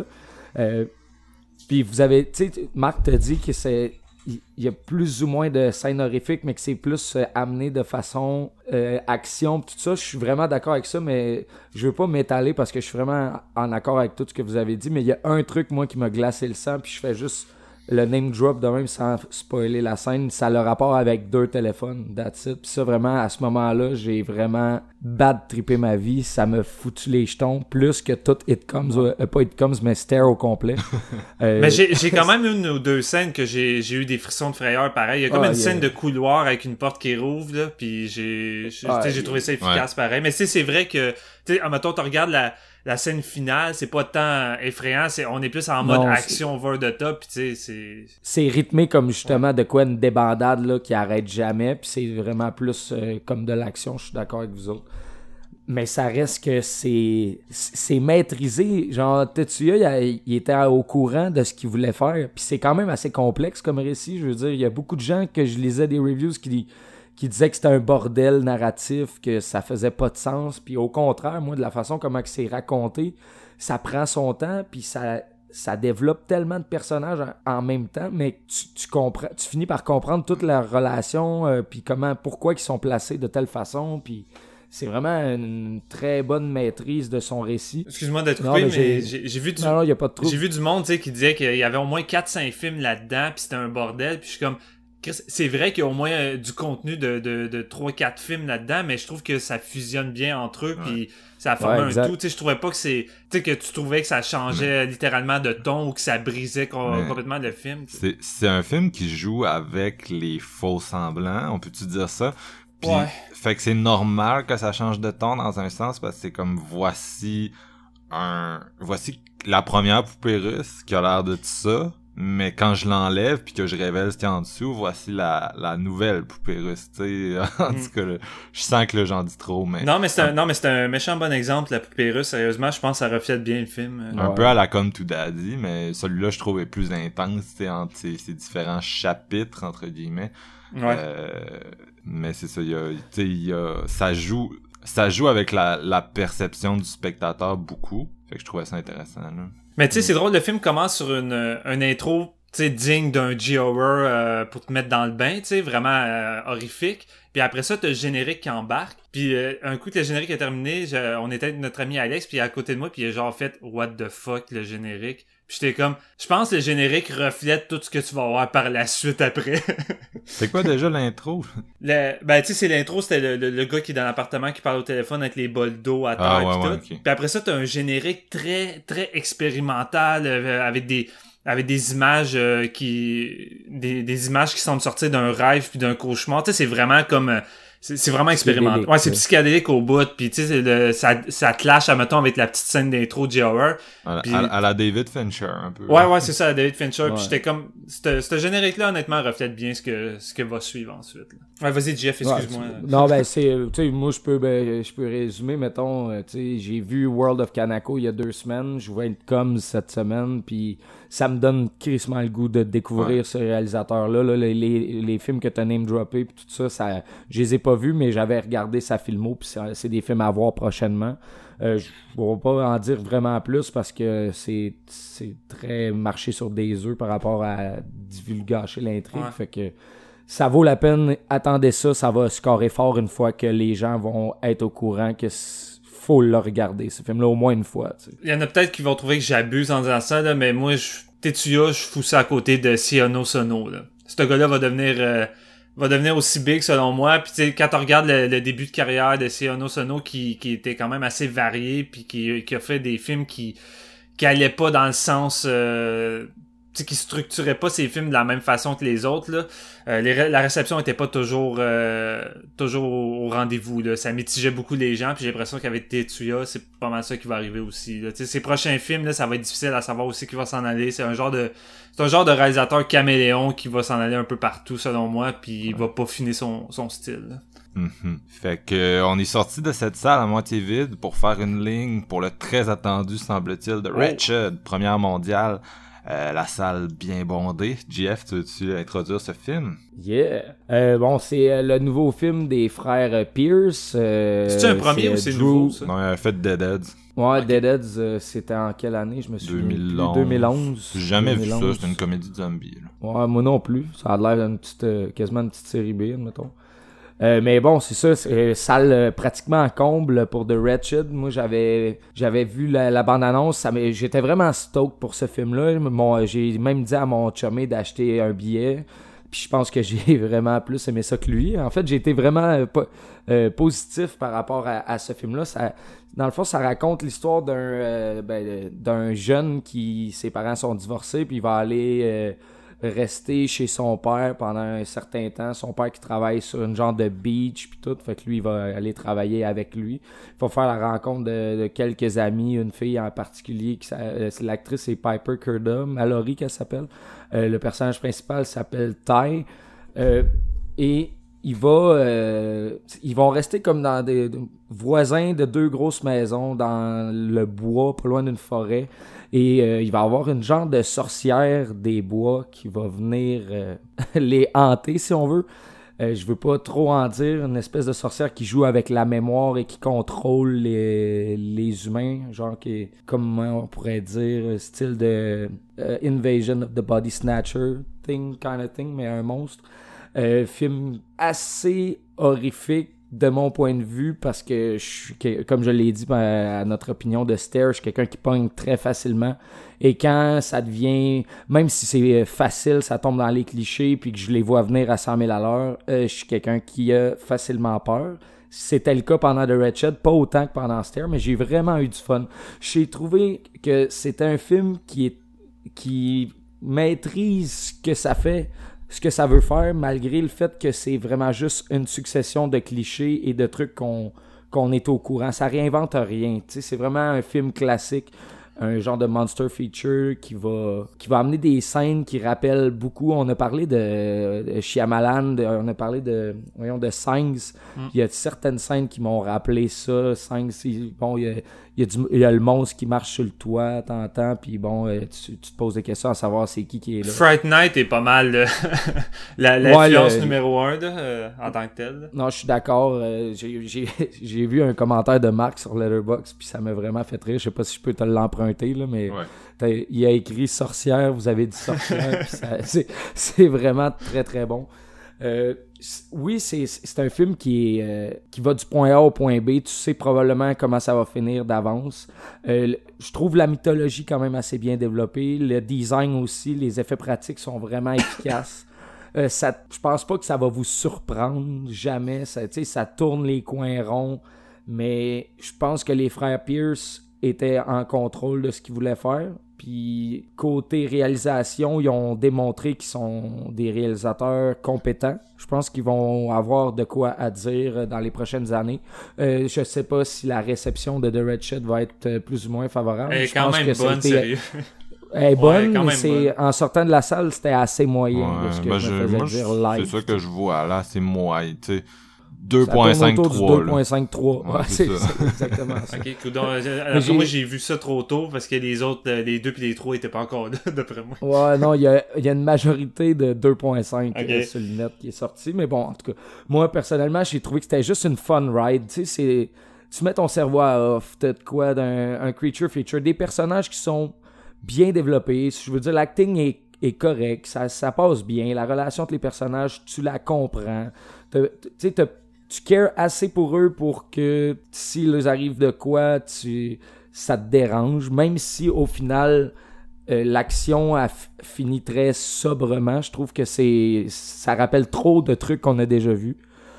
[SPEAKER 3] Puis vous avez, tu sais, Marc t'a dit que il y a plus ou moins de scènes horrifiques, mais que c'est plus amené de façon action, tout ça. Je suis vraiment d'accord avec ça, mais je veux pas m'étaler parce que je suis vraiment en accord avec tout ce que vous avez dit. Mais il y a un truc, moi, qui m'a glacé le sang, puis je fais juste le name drop de même sans spoiler la scène. Ça a le rapport avec 2 téléphones, that's it. Puis ça, vraiment, à ce moment-là, j'ai vraiment bad trippé ma vie. Ça m'a foutu les jetons, plus que tout It Comes, pas It Comes, mais Stare au complet.
[SPEAKER 4] Mais j'ai quand même une ou 2 scènes que j'ai eu des frissons de frayeur pareil. Il y a comme une scène de couloir avec une porte qui rouvre, là, puis j'ai trouvé ça efficace pareil. Mais tu sais, c'est vrai que, tu sais, admettons, tu regardes la scène finale, c'est pas tant effrayant, on est plus en mode
[SPEAKER 3] Non,
[SPEAKER 4] action over the top, pis tu sais,
[SPEAKER 3] c'est rythmé comme justement de quoi une débandade là, qui arrête jamais, puis c'est vraiment plus comme de l'action, je suis d'accord avec vous autres. Mais ça reste que c'est maîtrisé. Genre, Tetsuya, il était au courant de ce qu'il voulait faire. Puis c'est quand même assez complexe comme récit. Je veux dire, il y a beaucoup de gens que je lisais des reviews qui disaient que c'était un bordel narratif, que ça faisait pas de sens. Puis au contraire, moi, de la façon comment c'est raconté, ça prend son temps, puis ça développe tellement de personnages en même temps, mais tu comprends, tu finis par comprendre toutes leurs relations, puis pourquoi ils sont placés de telle façon, puis... C'est vraiment une très bonne maîtrise de son récit.
[SPEAKER 4] Excuse-moi d'être coupé, mais j'ai vu
[SPEAKER 3] Non, y a pas de trouble.
[SPEAKER 4] J'ai vu du monde, tu sais, qui disait qu'il y avait au moins 4-5 films là-dedans, puis c'était un bordel, puis je suis comme... C'est vrai qu'il y a au moins du contenu de 3-4 films là-dedans, mais je trouve que ça fusionne bien entre eux, puis ça a formé un tout. Tu sais, je trouvais pas que c'est... Tu sais, que tu trouvais que ça changeait littéralement de ton ou que ça brisait complètement le film.
[SPEAKER 2] C'est un film qui joue avec les faux semblants, on peut-tu dire ça? Puis, fait que c'est normal que ça change de ton dans un sens, parce que c'est comme voici la première poupée russe qui a l'air de tout ça, mais quand je l'enlève puis que je révèle ce qu'il y a en dessous, voici la nouvelle poupée russe, tu sais. En tout cas, je sens que là, j'en dis trop, mais...
[SPEAKER 4] Non, mais c'est un méchant bon exemple, la poupée russe. Sérieusement, je pense que ça reflète bien le film.
[SPEAKER 2] Un peu à la Come to Daddy, mais celui-là, je trouve, est plus intense, tu sais, entre ces différents chapitres, entre guillemets.
[SPEAKER 4] Ouais.
[SPEAKER 2] Mais c'est ça, ça joue avec la perception du spectateur beaucoup. Fait que je trouvais ça intéressant, là.
[SPEAKER 4] Mais tu sais, c'est drôle, le film commence sur une intro, tu sais, digne d'un G-horror pour te mettre dans le bain, tu sais, vraiment horrifique. Puis après ça, t'as le générique qui embarque. Puis un coup que le générique est terminé, on était avec notre ami Alex, puis à côté de moi, puis il a genre fait « What the fuck, le générique ?» Puis j'étais comme, je pense que le générique reflète tout ce que tu vas voir par la suite après.
[SPEAKER 2] C'est quoi déjà l'intro?
[SPEAKER 4] Ben tu sais, c'est l'intro, c'était le gars qui est dans l'appartement qui parle au téléphone avec les bols d'eau à terre et tout.
[SPEAKER 2] Okay.
[SPEAKER 4] Puis après ça, t'as un générique très, très expérimental avec des images des images qui semblent sortir d'un rêve puis d'un cauchemar. Tu sais, c'est vraiment comme... C'est vraiment expérimental. Ouais, c'est psychédélique au bout, puis tu sais, ça clash, admettons, avec la petite scène d'intro de Horror.
[SPEAKER 2] À la David Fincher, un peu.
[SPEAKER 4] Ouais, c'est ça, à David Fincher, puis j'étais comme... Ce générique-là, honnêtement, reflète bien ce que va suivre ensuite. Là. Ouais, vas-y, Jeff, excuse-moi.
[SPEAKER 3] Non, ben, c'est... Tu sais, moi, je peux résumer, mettons, tu sais, j'ai vu World of Kanako il y a 2 semaines, je vois Come cette semaine, puis ça me donne crissement le goût de découvrir ce réalisateur-là. Là, les films que t'as name-droppé, puis tout ça, je les ai pas vus, mais j'avais regardé sa filmo, puis c'est des films à voir prochainement. Je ne vais pas en dire vraiment plus parce que c'est très marché sur des œufs par rapport à divulgacher l'intrigue. Ouais. Fait que ça vaut la peine. Attendez ça va scorer fort une fois que les gens vont être au courant que faut le regarder, ce film-là, au moins une fois. T'sais.
[SPEAKER 4] Il y en a peut-être qui vont trouver que j'abuse en disant ça, là, mais moi, Tetsuya, je fous ça à côté de Siono Sono. Là. Ce gars-là va devenir aussi big selon moi. Puis tu sais, quand on regarde le début de carrière de Siono Sono qui était quand même assez varié, puis qui a fait des films qui allaient pas dans le sens... tu sais, qui structurait pas ses films de la même façon que les autres, là. La réception était pas toujours au rendez-vous, là. Ça mitigeait beaucoup les gens, puis j'ai l'impression qu'avec Tetsuya, c'est pas mal ça qui va arriver aussi, là. Tu sais, ses prochains films, là, ça va être difficile à savoir aussi qui va s'en aller. C'est un genre de réalisateur caméléon qui va s'en aller un peu partout, selon moi, puis il va peaufiner son style, là.
[SPEAKER 2] Mm-hmm. Fait que on est sorti de cette salle à moitié vide pour faire une ligne pour le très attendu, semble-t-il, de Wretched, première mondiale. La salle bien bondée. JF, tu veux-tu introduire ce film?
[SPEAKER 3] Yeah! Bon, c'est le nouveau film des frères Pierce.
[SPEAKER 4] C'est-tu un premier ou c'est nouveau, ça?
[SPEAKER 2] Non, il a fait Deadheads.
[SPEAKER 3] Ouais, okay. Deadheads, c'était en quelle année? Je me souviens 2011.
[SPEAKER 2] J'ai jamais vu ça, c'est une comédie de zombies. Là.
[SPEAKER 3] Ouais, moi non plus. Ça a l'air quasiment une petite série B, admettons. Mais bon, c'est ça, c'est salle pratiquement en comble pour The Wretched. Moi, j'avais vu la bande-annonce, j'étais vraiment stoked pour ce film-là. J'ai même dit à mon chumé d'acheter un billet. Puis je pense que j'ai vraiment plus aimé ça que lui. En fait, j'ai été vraiment positif par rapport à ce film-là. Dans le fond, ça raconte l'histoire d'un jeune qui, ses parents sont divorcés, puis il va aller rester chez son père pendant un certain temps. Son père qui travaille sur une genre de beach puis tout, fait que lui il va aller travailler avec lui. Il va faire la rencontre de quelques amis, une fille en particulier l'actrice c'est Piper Curda, Mallory qu'elle s'appelle. Le personnage principal s'appelle Ty. Et ils vont rester comme dans des voisins de 2 grosses maisons dans le bois, pas loin d'une forêt. Et il va y avoir une genre de sorcière des bois qui va venir les hanter, si on veut. Je veux pas trop en dire. Une espèce de sorcière qui joue avec la mémoire et qui contrôle les humains. Genre qui est, comme on pourrait dire, style de Invasion of the Body Snatcher kind of thing, mais un monstre. Film assez horrifique de mon point de vue parce que comme je l'ai dit à notre opinion de Stare, je suis quelqu'un qui pogne très facilement et quand ça devient, même si c'est facile, ça tombe dans les clichés puis que je les vois venir à 100 000 à l'heure, je suis quelqu'un qui a facilement peur. C'était le cas pendant The Red Shed, pas autant que pendant Stare, mais j'ai vraiment eu du fun. J'ai trouvé que c'était un film qui maîtrise ce que ça fait, ce que ça veut faire, malgré le fait que c'est vraiment juste une succession de clichés et de trucs qu'on est au courant. Ça réinvente rien. T'sais, c'est vraiment un film classique, un genre de monster feature qui va amener des scènes qui rappellent beaucoup. On a parlé de Shyamalan, on a parlé de Signs. Il y a certaines scènes qui m'ont rappelé ça. Signs, bon, il y a le monstre qui marche sur le toit, t'entends, puis bon, tu te poses des questions à savoir c'est qui est là.
[SPEAKER 4] Fright Night est pas mal l'influence numéro 1 en tant que tel.
[SPEAKER 3] Non, je suis d'accord. J'ai vu un commentaire de Marc sur Letterboxd, puis ça m'a vraiment fait rire. Je sais pas si je peux te l'emprunter, là, mais il a écrit sorcière, vous avez dit sorcière, puis c'est vraiment très très bon. Oui, c'est un film qui va du point A au point B. Tu sais probablement comment ça va finir d'avance. Je trouve la mythologie quand même assez bien développée. Le design aussi, les effets pratiques sont vraiment efficaces. Je pense pas que ça va vous surprendre, jamais. Ça tourne les coins ronds, mais je pense que les frères Pierce étaient en contrôle de ce qu'ils voulaient faire. Puis côté réalisation, ils ont démontré qu'ils sont des réalisateurs compétents. Je pense qu'ils vont avoir de quoi à dire dans les prochaines années. Je sais pas si la réception de The Red Shed va être plus ou moins favorable.
[SPEAKER 4] Elle est quand même bonne, sérieux.
[SPEAKER 3] Elle est bonne, mais en sortant de la salle, c'était assez moyen de ce que je me faisais dire live.
[SPEAKER 2] C'est ça que je vois là, c'est moyen, tu sais. 2.53.
[SPEAKER 3] 2.53.
[SPEAKER 2] Ouais, c'est
[SPEAKER 3] exactement ça.
[SPEAKER 4] Ok, cool. Moi, j'ai vu ça trop tôt parce que les autres, les 2 et les 3 étaient pas encore là, d'après moi.
[SPEAKER 3] Ouais, non, il y a une majorité de 2.5 sur le net qui est sortie. Mais bon, en tout cas, moi, personnellement, j'ai trouvé que c'était juste une fun ride. Tu sais, tu mets ton cerveau à off, t'as de quoi d'un creature feature. Des personnages qui sont bien développés. Je veux dire, l'acting est correct. Ça passe bien. La relation entre les personnages, tu la comprends. Tu cares assez pour eux pour que s'il leur arrive de quoi, ça te dérange. Même si au final, l'action a fini très sobrement. Je trouve que ça rappelle trop de trucs qu'on a déjà vus.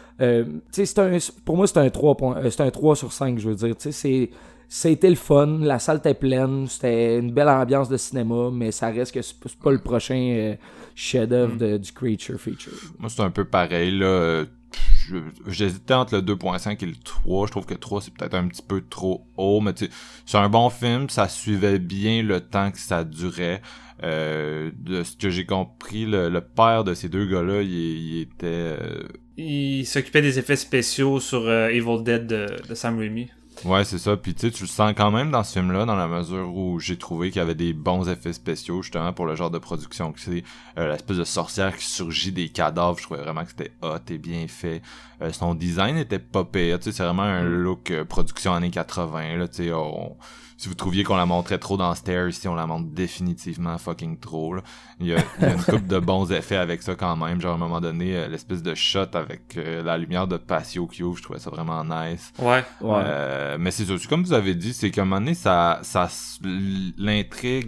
[SPEAKER 3] Pour moi, c'est un 3 sur 5, je veux dire. C'était le fun, la salle était pleine, c'était une belle ambiance de cinéma, mais ça reste que c'est pas le prochain chef-d'œuvre du Creature Feature.
[SPEAKER 2] Moi, c'est un peu pareil, là. J'hésitais entre le 2.5 et le 3. Je trouve que 3, c'est peut-être un petit peu trop haut, mais tu sais, c'est un bon film. Ça suivait bien le temps que ça durait. De ce que j'ai compris, le père de ces 2 gars-là, il était...
[SPEAKER 4] Il s'occupait des effets spéciaux sur Evil Dead de Sam Raimi.
[SPEAKER 2] Ouais, c'est ça. Puis tu sais, tu le sens quand même dans ce film-là, dans la mesure où j'ai trouvé qu'il y avait des bons effets spéciaux, justement, pour le genre de production que c'est. L'espèce de sorcière qui surgit des cadavres, je trouvais vraiment que c'était hot et bien fait. Son design était pas pire, tu sais, c'est vraiment un look production années 80, là, tu sais, si vous trouviez qu'on la montrait trop dans Stare, ici, on la montre définitivement fucking trop, là. Il y a une couple de bons effets avec ça quand même, genre à un moment donné, l'espèce de shot avec la lumière de Patio Cube, je trouvais ça vraiment nice.
[SPEAKER 4] Ouais.
[SPEAKER 2] Mais c'est sûr, comme vous avez dit, c'est qu'à un moment donné, l'intrigue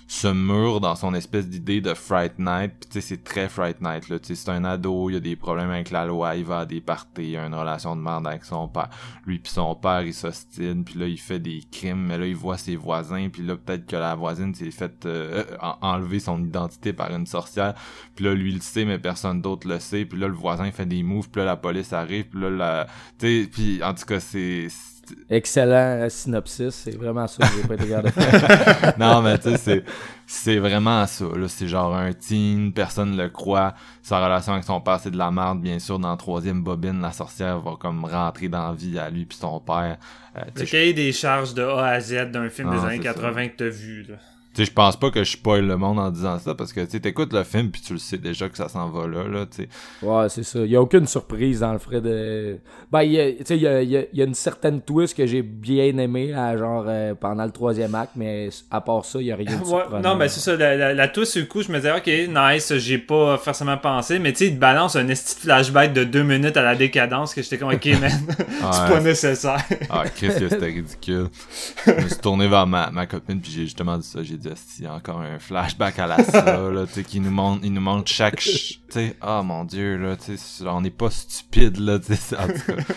[SPEAKER 2] se mure dans son espèce d'idée de Fright Night, pis tu sais, c'est très Fright Night, là, tu sais, c'est un ado, il a des problèmes avec la loi, il va à des parties, il a une relation de merde avec son père, lui pis son père, il s'ostine, puis là, il fait des crimes, mais là, il voit ses voisins, puis là, peut-être que la voisine s'est fait enlever son identité par une sorcière, puis là, lui, il le sait, mais personne d'autre le sait, puis là, le voisin fait des moves, puis là, la police arrive, puis là, tu sais, puis en tout cas, c'est...
[SPEAKER 3] Excellent synopsis, c'est vraiment ça que j'ai pas été capable de faire.
[SPEAKER 2] Non, mais tu sais, c'est vraiment ça, là. C'est genre un teen, personne le croit. Sa relation avec son père, c'est de la merde. Bien sûr, dans la troisième bobine, la sorcière va comme rentrer dans la vie à lui puis son père.
[SPEAKER 4] Le cahier des charges de A à Z d'un film des années
[SPEAKER 2] c'est
[SPEAKER 4] 80 que t'as vu, là.
[SPEAKER 2] Tu sais, je pense pas que je spoil le monde en disant ça, parce que tu sais, t'écoutes le film puis tu le sais déjà que ça s'en va là, tu sais.
[SPEAKER 3] Ouais, c'est ça. Il y a aucune surprise dans le frais de... Ben, il y a une certaine twist que j'ai bien aimé, genre, pendant le troisième acte, mais à part ça, il y a rien de surprenant.
[SPEAKER 4] Non, ben c'est ça, la twist sur le coup, je me disais, ok, nice, j'ai pas forcément pensé, mais tu sais, il te balance un esti de flashback de 2 minutes à la décadence que j'étais comme, ok, man, c'est pas nécessaire.
[SPEAKER 2] Ah, Chris, que c'était ridicule. Je me suis tourné vers ma copine puis j'ai justement dit ça, j'ai dit, il y a encore un flashback à la ça, là, tu sais, il nous montre chaque, tu sais, oh mon dieu, là, tu sais, on n'est pas stupide, là, tu sais, en tout cas,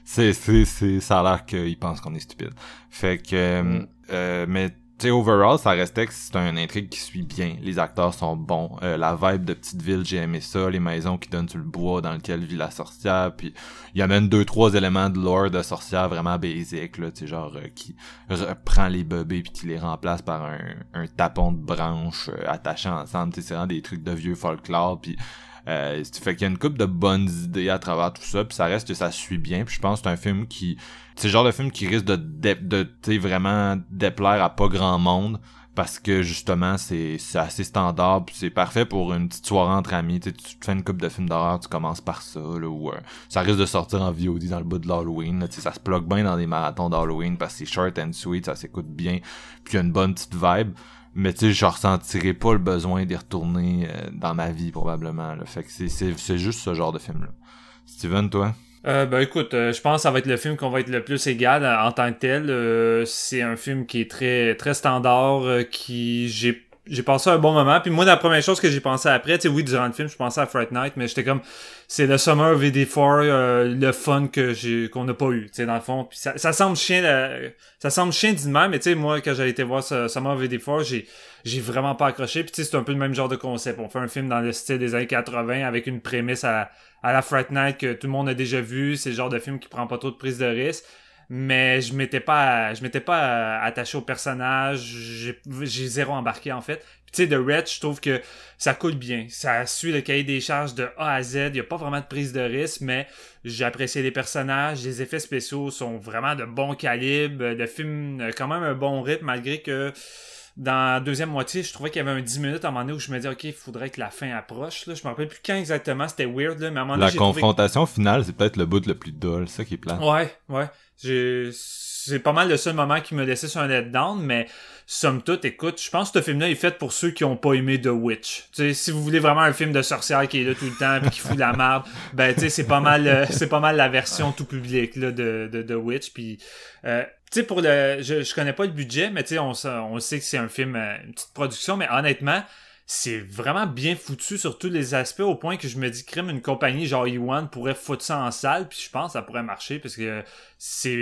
[SPEAKER 2] ça a l'air qu'ils pensent qu'on est stupide. Fait que, mais, tu sais, overall, ça restait que c'est une intrigue qui suit bien. Les acteurs sont bons. La vibe de petite ville, j'ai aimé ça. Les maisons qui donnent sur le bois dans lequel vit la sorcière. Puis, il y a même 2-3 éléments de lore de sorcière vraiment basic, là, tu sais, genre, qui reprend les bébés puis qui les remplace par un tapon de branches attachés ensemble. Tu sais, c'est vraiment des trucs de vieux folklore. Puis, fait qu'il y a une couple de bonnes idées à travers tout ça, puis ça reste que ça suit bien, puis je pense que c'est un film qui... C'est le genre de film qui risque de tu sais, vraiment déplaire à pas grand monde, parce que justement, c'est assez standard, puis c'est parfait pour une petite soirée entre amis. Tu te fais une couple de films d'horreur, tu commences par ça, là, ou ça risque de sortir en VOD dans le bout de l'Halloween, là, tu sais, ça se plug bien dans des marathons d'Halloween, parce que c'est short and sweet, ça s'écoute bien, puis il y a une bonne petite vibe. Mais tu sais, je ressentirais pas le besoin d'y retourner dans ma vie, probablement. Là. Fait que c'est juste ce genre de film-là. Steven, toi?
[SPEAKER 4] Ben écoute, je pense que ça va être le film qu'on va être le plus égal en tant que tel. C'est un film qui est très très standard, qui j'ai passé un bon moment. Puis moi, la première chose que j'ai pensé après, tu sais, oui, durant le film, je pensais à Fright Night, mais j'étais comme, c'est le Summer of 84, le fun qu'on n'a pas eu, tu sais, dans le fond. Puis ça semble chien, ça semble chien d'une même, mais tu sais, moi, quand j'ai été voir ce Summer of 84, j'ai vraiment pas accroché. Puis tu sais, c'est un peu le même genre de concept. On fait un film dans le style des années 80 avec une prémisse à la Fright Night que tout le monde a déjà vu. C'est le genre de film qui prend pas trop de prise de risque. Mais je m'étais pas attaché au personnage, j'ai zéro embarqué en fait. Puis tu sais, The Wretch, je trouve que ça coule bien, ça suit le cahier des charges de A à Z, il y a pas vraiment de prise de risque, mais j'ai apprécié les personnages, les effets spéciaux sont vraiment de bon calibre, le film a quand même un bon rythme malgré que dans la deuxième moitié, je trouvais qu'il y avait un 10 minutes à un moment donné où je me disais, ok, il faudrait que la fin approche. Là. Je me rappelle plus quand exactement, c'était weird, là, mais à un moment donné,
[SPEAKER 2] la confrontation finale, c'est peut-être le bout le plus dull, c'est ça qui est plat.
[SPEAKER 4] Ouais. C'est pas mal le seul moment qui me laissait sur un letdown, mais somme toute, écoute, je pense que ce film-là est fait pour ceux qui ont pas aimé The Witch. Tu sais, si vous voulez vraiment un film de sorcière qui est là tout le temps et qui fout la merde, ben tu sais, c'est pas mal la version tout public là de The Witch. Puis tu sais, pour je connais pas le budget, mais tu sais, on sait que c'est un film, une petite production, mais honnêtement, c'est vraiment bien foutu sur tous les aspects au point que je me dis, crime, une compagnie genre E1 pourrait foutre ça en salle, puis je pense que ça pourrait marcher parce que c'est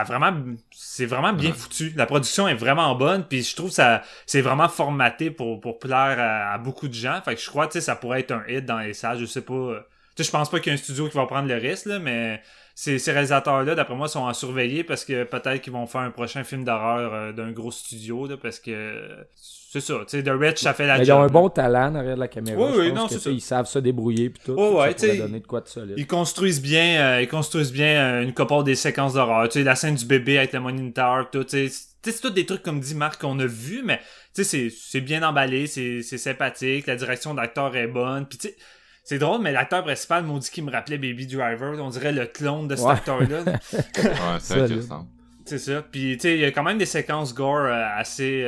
[SPEAKER 4] vraiment bien foutu. La production est vraiment bonne, puis je trouve ça c'est vraiment formaté pour plaire à beaucoup de gens. Fait que je crois que ça pourrait être un hit dans les salles, je sais pas. Tu sais, je pense pas qu'il y a un studio qui va prendre le risque là, mais ces réalisateurs-là, d'après moi, sont à surveiller parce que peut-être qu'ils vont faire un prochain film d'horreur d'un gros studio, là, parce que c'est ça, tu sais, The Wretch, ça fait la job.
[SPEAKER 3] Ils ont un bon talent derrière la caméra.
[SPEAKER 4] Oui,
[SPEAKER 3] je pense que, ils savent se débrouiller pis tout.
[SPEAKER 4] Ouais,
[SPEAKER 3] ça pourrait donner de quoi de solide.
[SPEAKER 4] Ils construisent bien une couple des séquences d'horreur. Tu sais, la scène du bébé avec le Morning Tower, tout, tu sais, c'est tout des trucs comme dit Marc qu'on a vu, mais tu sais, c'est bien emballé, c'est sympathique, la direction d'acteur est bonne, puis tu sais. C'est drôle, mais l'acteur principal, maudit qui me rappelait Baby Driver, on dirait le clone de cet acteur-là.
[SPEAKER 2] Ouais, c'est intéressant.
[SPEAKER 4] C'est ça. Puis, tu sais, il y a quand même des séquences gore assez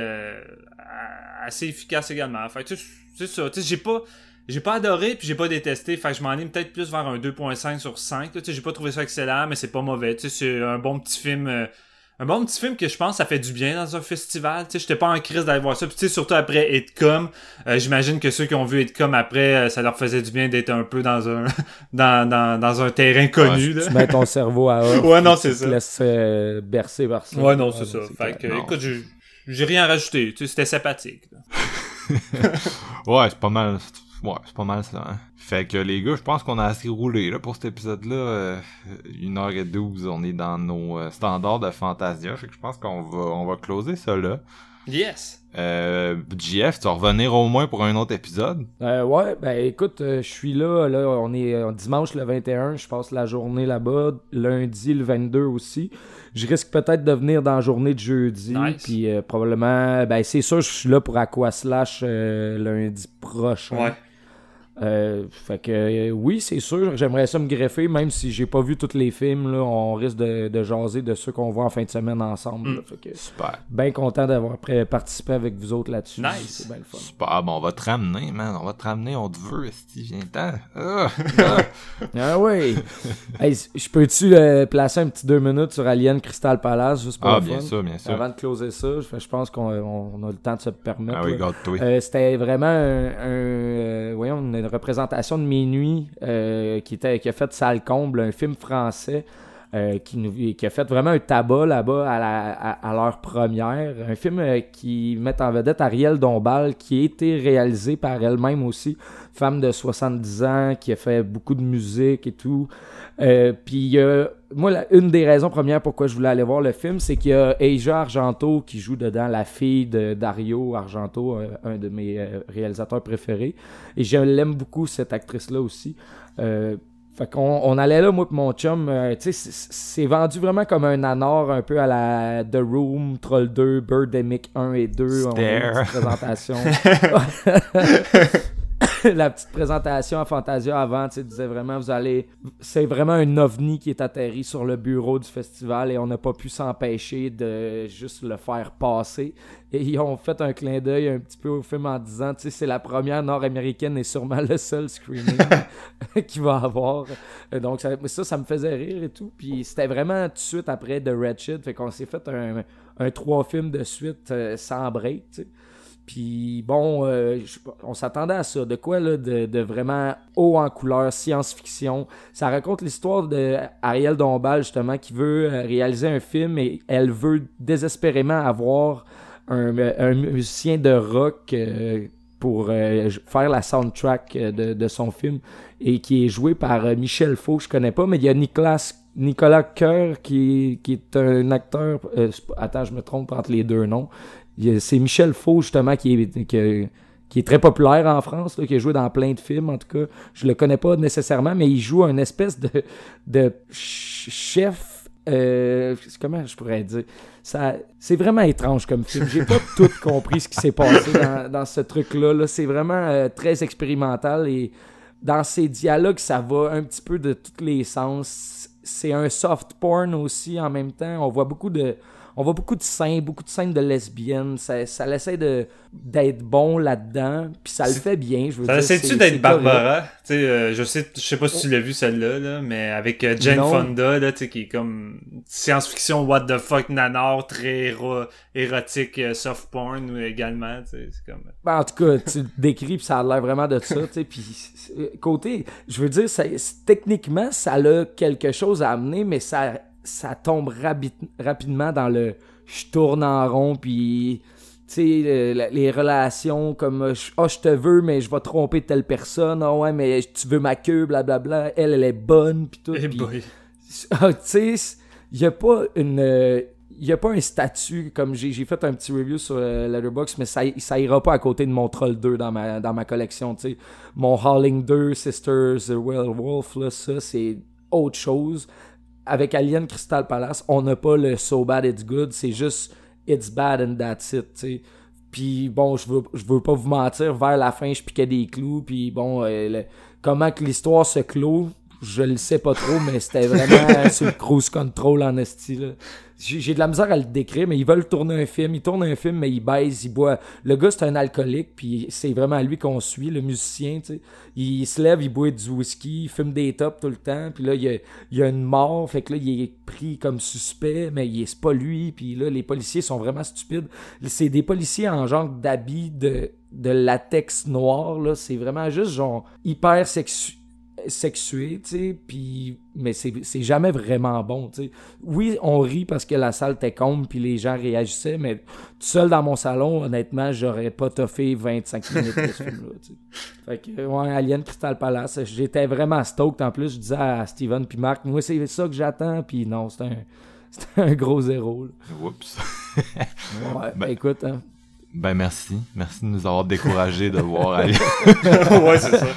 [SPEAKER 4] efficaces également. Fait que, c'est ça. Tu sais, j'ai pas adoré puis j'ai pas détesté. Fait que je m'en ai peut-être plus vers un 2.5 sur 5. Tu sais, j'ai pas trouvé ça excellent, mais c'est pas mauvais. Tu sais, c'est un bon petit film un bon petit film que je pense ça fait du bien dans un festival. Tu sais, j'étais pas en crise d'aller voir ça. Puis tu sais, surtout après Hitcom, j'imagine que ceux qui ont vu Hitcom après, ça leur faisait du bien d'être un peu dans un dans un terrain connu. Là.
[SPEAKER 3] Tu mets ton cerveau à off.
[SPEAKER 4] Ouais, non, c'est ça.
[SPEAKER 3] Tu te laisses bercer par ça.
[SPEAKER 4] Ouais, non, c'est ça.
[SPEAKER 3] C'est
[SPEAKER 4] Fait que,
[SPEAKER 2] non.
[SPEAKER 4] écoute, j'ai rien à rajouter. Tu sais, c'était sympathique. Là.
[SPEAKER 2] Ouais, c'est pas mal. Ouais, c'est pas mal ça. Hein. Fait que les gars, je pense qu'on a assez roulé là pour cet épisode-là. 1h12, on est dans nos standards de Fantasia. Fait que je pense on va closer ça là.
[SPEAKER 4] Yes!
[SPEAKER 2] JF, tu vas revenir au moins pour un autre épisode?
[SPEAKER 3] Ouais, ben écoute, je suis là, on est dimanche le 21, je passe la journée là-bas, lundi le 22 aussi. Je risque peut-être de venir dans la journée de jeudi,
[SPEAKER 4] Nice.
[SPEAKER 3] puis probablement, ben c'est sûr, je suis là pour Aquaslash lundi prochain.
[SPEAKER 4] Ouais.
[SPEAKER 3] Fait que oui, c'est sûr, j'aimerais ça me greffer, même si j'ai pas vu tous les films, là, on risque de jaser de ceux qu'on voit en fin de semaine ensemble. Là, fait que
[SPEAKER 2] Super.
[SPEAKER 3] bien content d'avoir participé avec vous autres là-dessus.
[SPEAKER 4] Nice.
[SPEAKER 3] C'est bien le fun.
[SPEAKER 2] Super. Ah, bon, on va te ramener, man. On va te ramener, on te veut, esti, viens-t'en.
[SPEAKER 3] Ah oui! Hey, je peux-tu placer un petit 2 minutes sur Alien Crystal Palace, juste pour le
[SPEAKER 2] bien
[SPEAKER 3] fun?
[SPEAKER 2] sûr, bien sûr.
[SPEAKER 3] Avant de closer ça, je pense qu'on a le temps de se permettre.
[SPEAKER 2] Ah oui,
[SPEAKER 3] là.
[SPEAKER 2] garde-toi.
[SPEAKER 3] C'était vraiment voyons, une représentation de Minuit qui a fait Salle Comble, un film français qui a fait vraiment un tabac là-bas à leur première. Un film qui met en vedette Ariel Dombal, qui a été réalisé par elle-même aussi, femme de 70 ans, qui a fait beaucoup de musique et tout. Puis moi, une des raisons premières pourquoi je voulais aller voir le film, c'est qu'il y a Asia Argento qui joue dedans, la fille de Dario Argento, un de mes réalisateurs préférés. Et je l'aime beaucoup, cette actrice-là aussi. Fait qu'on allait là, moi et mon chum, tu sais, c'est vendu vraiment comme un nanar un peu à la The Room, Troll 2, Birdemic 1 et 2. On a une petite présentation. La petite présentation à Fantasia avant, tu sais, disait vraiment, c'est vraiment un ovni qui est atterri sur le bureau du festival et on n'a pas pu s'empêcher de juste le faire passer. Et ils ont fait un clin d'œil un petit peu au film en disant, tu sais, c'est la première nord-américaine et sûrement le seul screening qu'il va avoir. Donc ça me faisait rire et tout. Puis c'était vraiment tout de suite après The Red Shit, fait qu'on s'est fait un 3 films de suite sans break, tu sais. Puis bon, on s'attendait à ça. De quoi, là, de vraiment haut en couleur, science-fiction. Ça raconte l'histoire de Ariel Dombal, justement, qui veut réaliser un film et elle veut désespérément avoir un musicien de rock pour faire la soundtrack de son film et qui est joué par Michel Faux, je connais pas, mais il y a Nicolas Coeur qui est un acteur... attends, je me trompe entre les deux noms. C'est Michel Faux, justement, qui est très populaire en France, là, qui a joué dans plein de films, en tout cas. Je le connais pas nécessairement, mais il joue une espèce de chef... comment je pourrais dire? C'est vraiment étrange comme film. J'ai pas tout compris ce qui s'est passé dans ce truc-là. Là. C'est vraiment très expérimental et dans ses dialogues, ça va un petit peu de tous les sens. C'est un soft porn aussi en même temps. On voit beaucoup de scènes de lesbiennes. Ça essaie d'être bon là-dedans, puis ça le fait bien. Je veux
[SPEAKER 4] ça
[SPEAKER 3] dire,
[SPEAKER 4] essaie-tu d'être Barbara? Tu sais, je sais pas si tu l'as vu celle-là, là, mais avec Jane Fonda, là, tu sais, qui est comme science-fiction what the fuck nanar, très érotique, soft porn également, tu sais, c'est comme...
[SPEAKER 3] Ben, en tout cas, tu le décris pis ça a l'air vraiment de ça, tu sais, pis côté, je veux dire, techniquement, ça a quelque chose à amener, mais ça tombe rapidement dans le je tourne en rond, puis tu sais, les relations comme je te veux, mais je vais tromper telle personne, ah ouais, mais tu veux ma queue, blablabla, elle est bonne, puis tout. Tu sais, il y a pas un statut, comme j'ai fait un petit review sur Letterboxd, mais ça ira pas à côté de mon Troll 2 dans ma collection, tu sais. Mon Howling 2, Sisters, The Werewolf, là, ça, c'est autre chose. Avec Alien Crystal Palace, on n'a pas le So Bad It's Good, c'est juste It's Bad and That's It, tu sais. Puis bon, je veux pas vous mentir, vers la fin, je piquais des clous, puis bon, comment que l'histoire se clôt, je le sais pas trop, mais c'était vraiment sur le cruise control en esti, là. J'ai de la misère à le décrire, mais ils veulent tourner un film. Ils tournent un film, mais ils baisent, ils boivent. Le gars, c'est un alcoolique, puis c'est vraiment lui qu'on suit, le musicien, tu sais. Il se lève, il boit du whisky, il fume des tops tout le temps, puis là, il y a une mort, fait que là, il est pris comme suspect, mais c'est pas lui, puis là, les policiers sont vraiment stupides. C'est des policiers en genre d'habits de latex noir, là. C'est vraiment juste, genre, hyper sexué, tu sais, puis mais c'est jamais vraiment bon, tu sais. Oui, on rit parce que la salle était comble puis les gens réagissaient, mais tout seul dans mon salon, honnêtement, j'aurais pas toffé 25 minutes de ce film-là, tu sais. Fait que, ouais, Alien Crystal Palace, j'étais vraiment stoked. En plus, je disais à Steven puis Marc, moi, c'est ça que j'attends, puis non, c'était un gros zéro, là.
[SPEAKER 2] Oups.
[SPEAKER 3] Ouais, ben écoute, hein.
[SPEAKER 2] Ben merci de nous avoir découragés de voir Alien.
[SPEAKER 4] Ouais, c'est ça.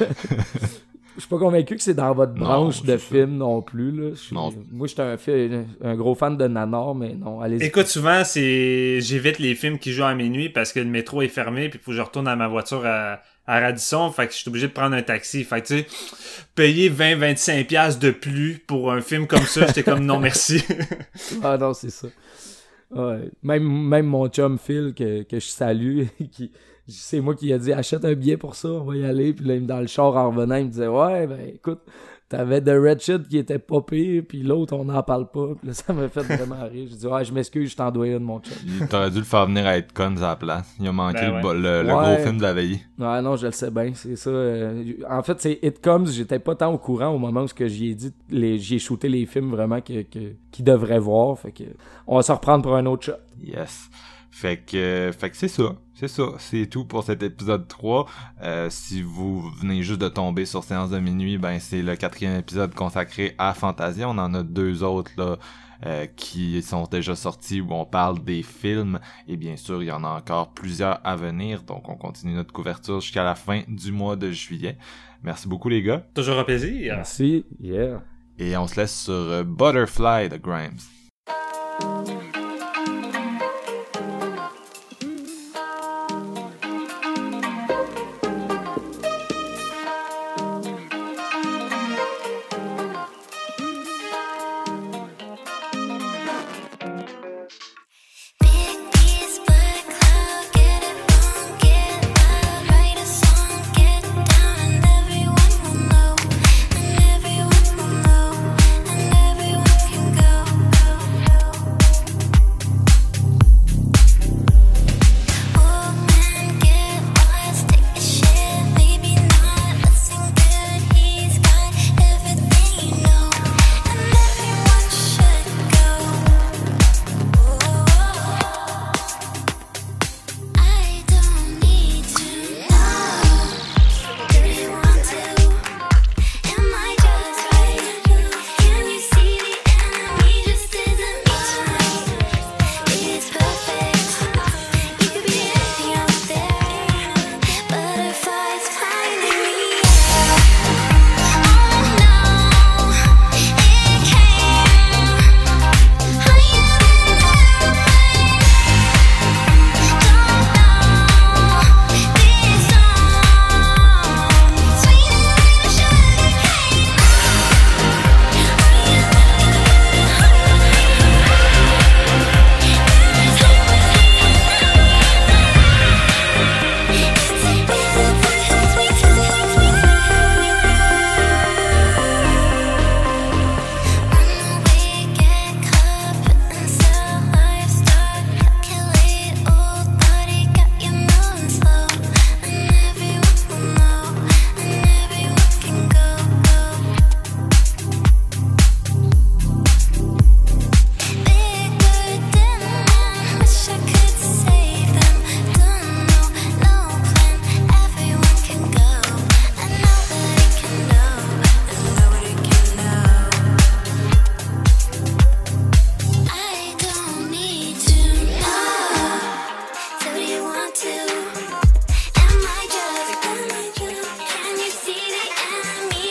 [SPEAKER 3] Je suis pas convaincu que c'est dans votre branche de film non plus, là. Moi, j'étais un gros fan de Nanar, mais non, allez-y.
[SPEAKER 4] Écoute, souvent, j'évite les films qui jouent à minuit parce que le métro est fermé puis faut que je retourne à ma voiture à Radisson, fait que je suis obligé de prendre un taxi. Fait que, tu sais, payer 20-25$ de plus pour un film comme ça, j'étais comme non, merci.
[SPEAKER 3] Ah non, c'est ça. Ouais. Même mon chum Phil, que je salue, c'est moi qui a dit achète un billet pour ça, on va y aller. Puis là, dans le char en revenant, il me disait ouais, ben écoute, t'avais The Red Shit qui était pas pire, puis l'autre on n'en parle pas. Puis là, ça m'a fait vraiment rire. Je dis ouais, je m'excuse, je t'en dois une, mon chum.
[SPEAKER 2] T'aurais dû le faire venir à Headcons à la place. Il a manqué le
[SPEAKER 3] ouais.
[SPEAKER 2] gros film de la veillée.
[SPEAKER 3] Ouais, non, je le sais bien, c'est ça. En fait, c'est It Comes, j'étais pas tant au courant au moment où j'y ai dit, j'y ai shooté les films vraiment qu'il devrait voir. Fait que on va se reprendre pour un autre shot.
[SPEAKER 2] Yes. Fait que c'est ça. C'est tout pour cet épisode 3. Si vous venez juste de tomber sur Séance de minuit, ben c'est le 4e épisode consacré à Fantasia. On en a 2 autres là qui sont déjà sortis où on parle des films. Et bien sûr, il y en a encore plusieurs à venir. Donc on continue notre couverture jusqu'à la fin du mois de juillet. Merci beaucoup les gars.
[SPEAKER 4] Toujours un plaisir.
[SPEAKER 3] Merci. Yeah.
[SPEAKER 2] Et on se laisse sur Butterfly de Grimes.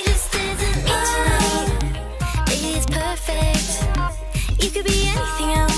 [SPEAKER 5] You could be anything else.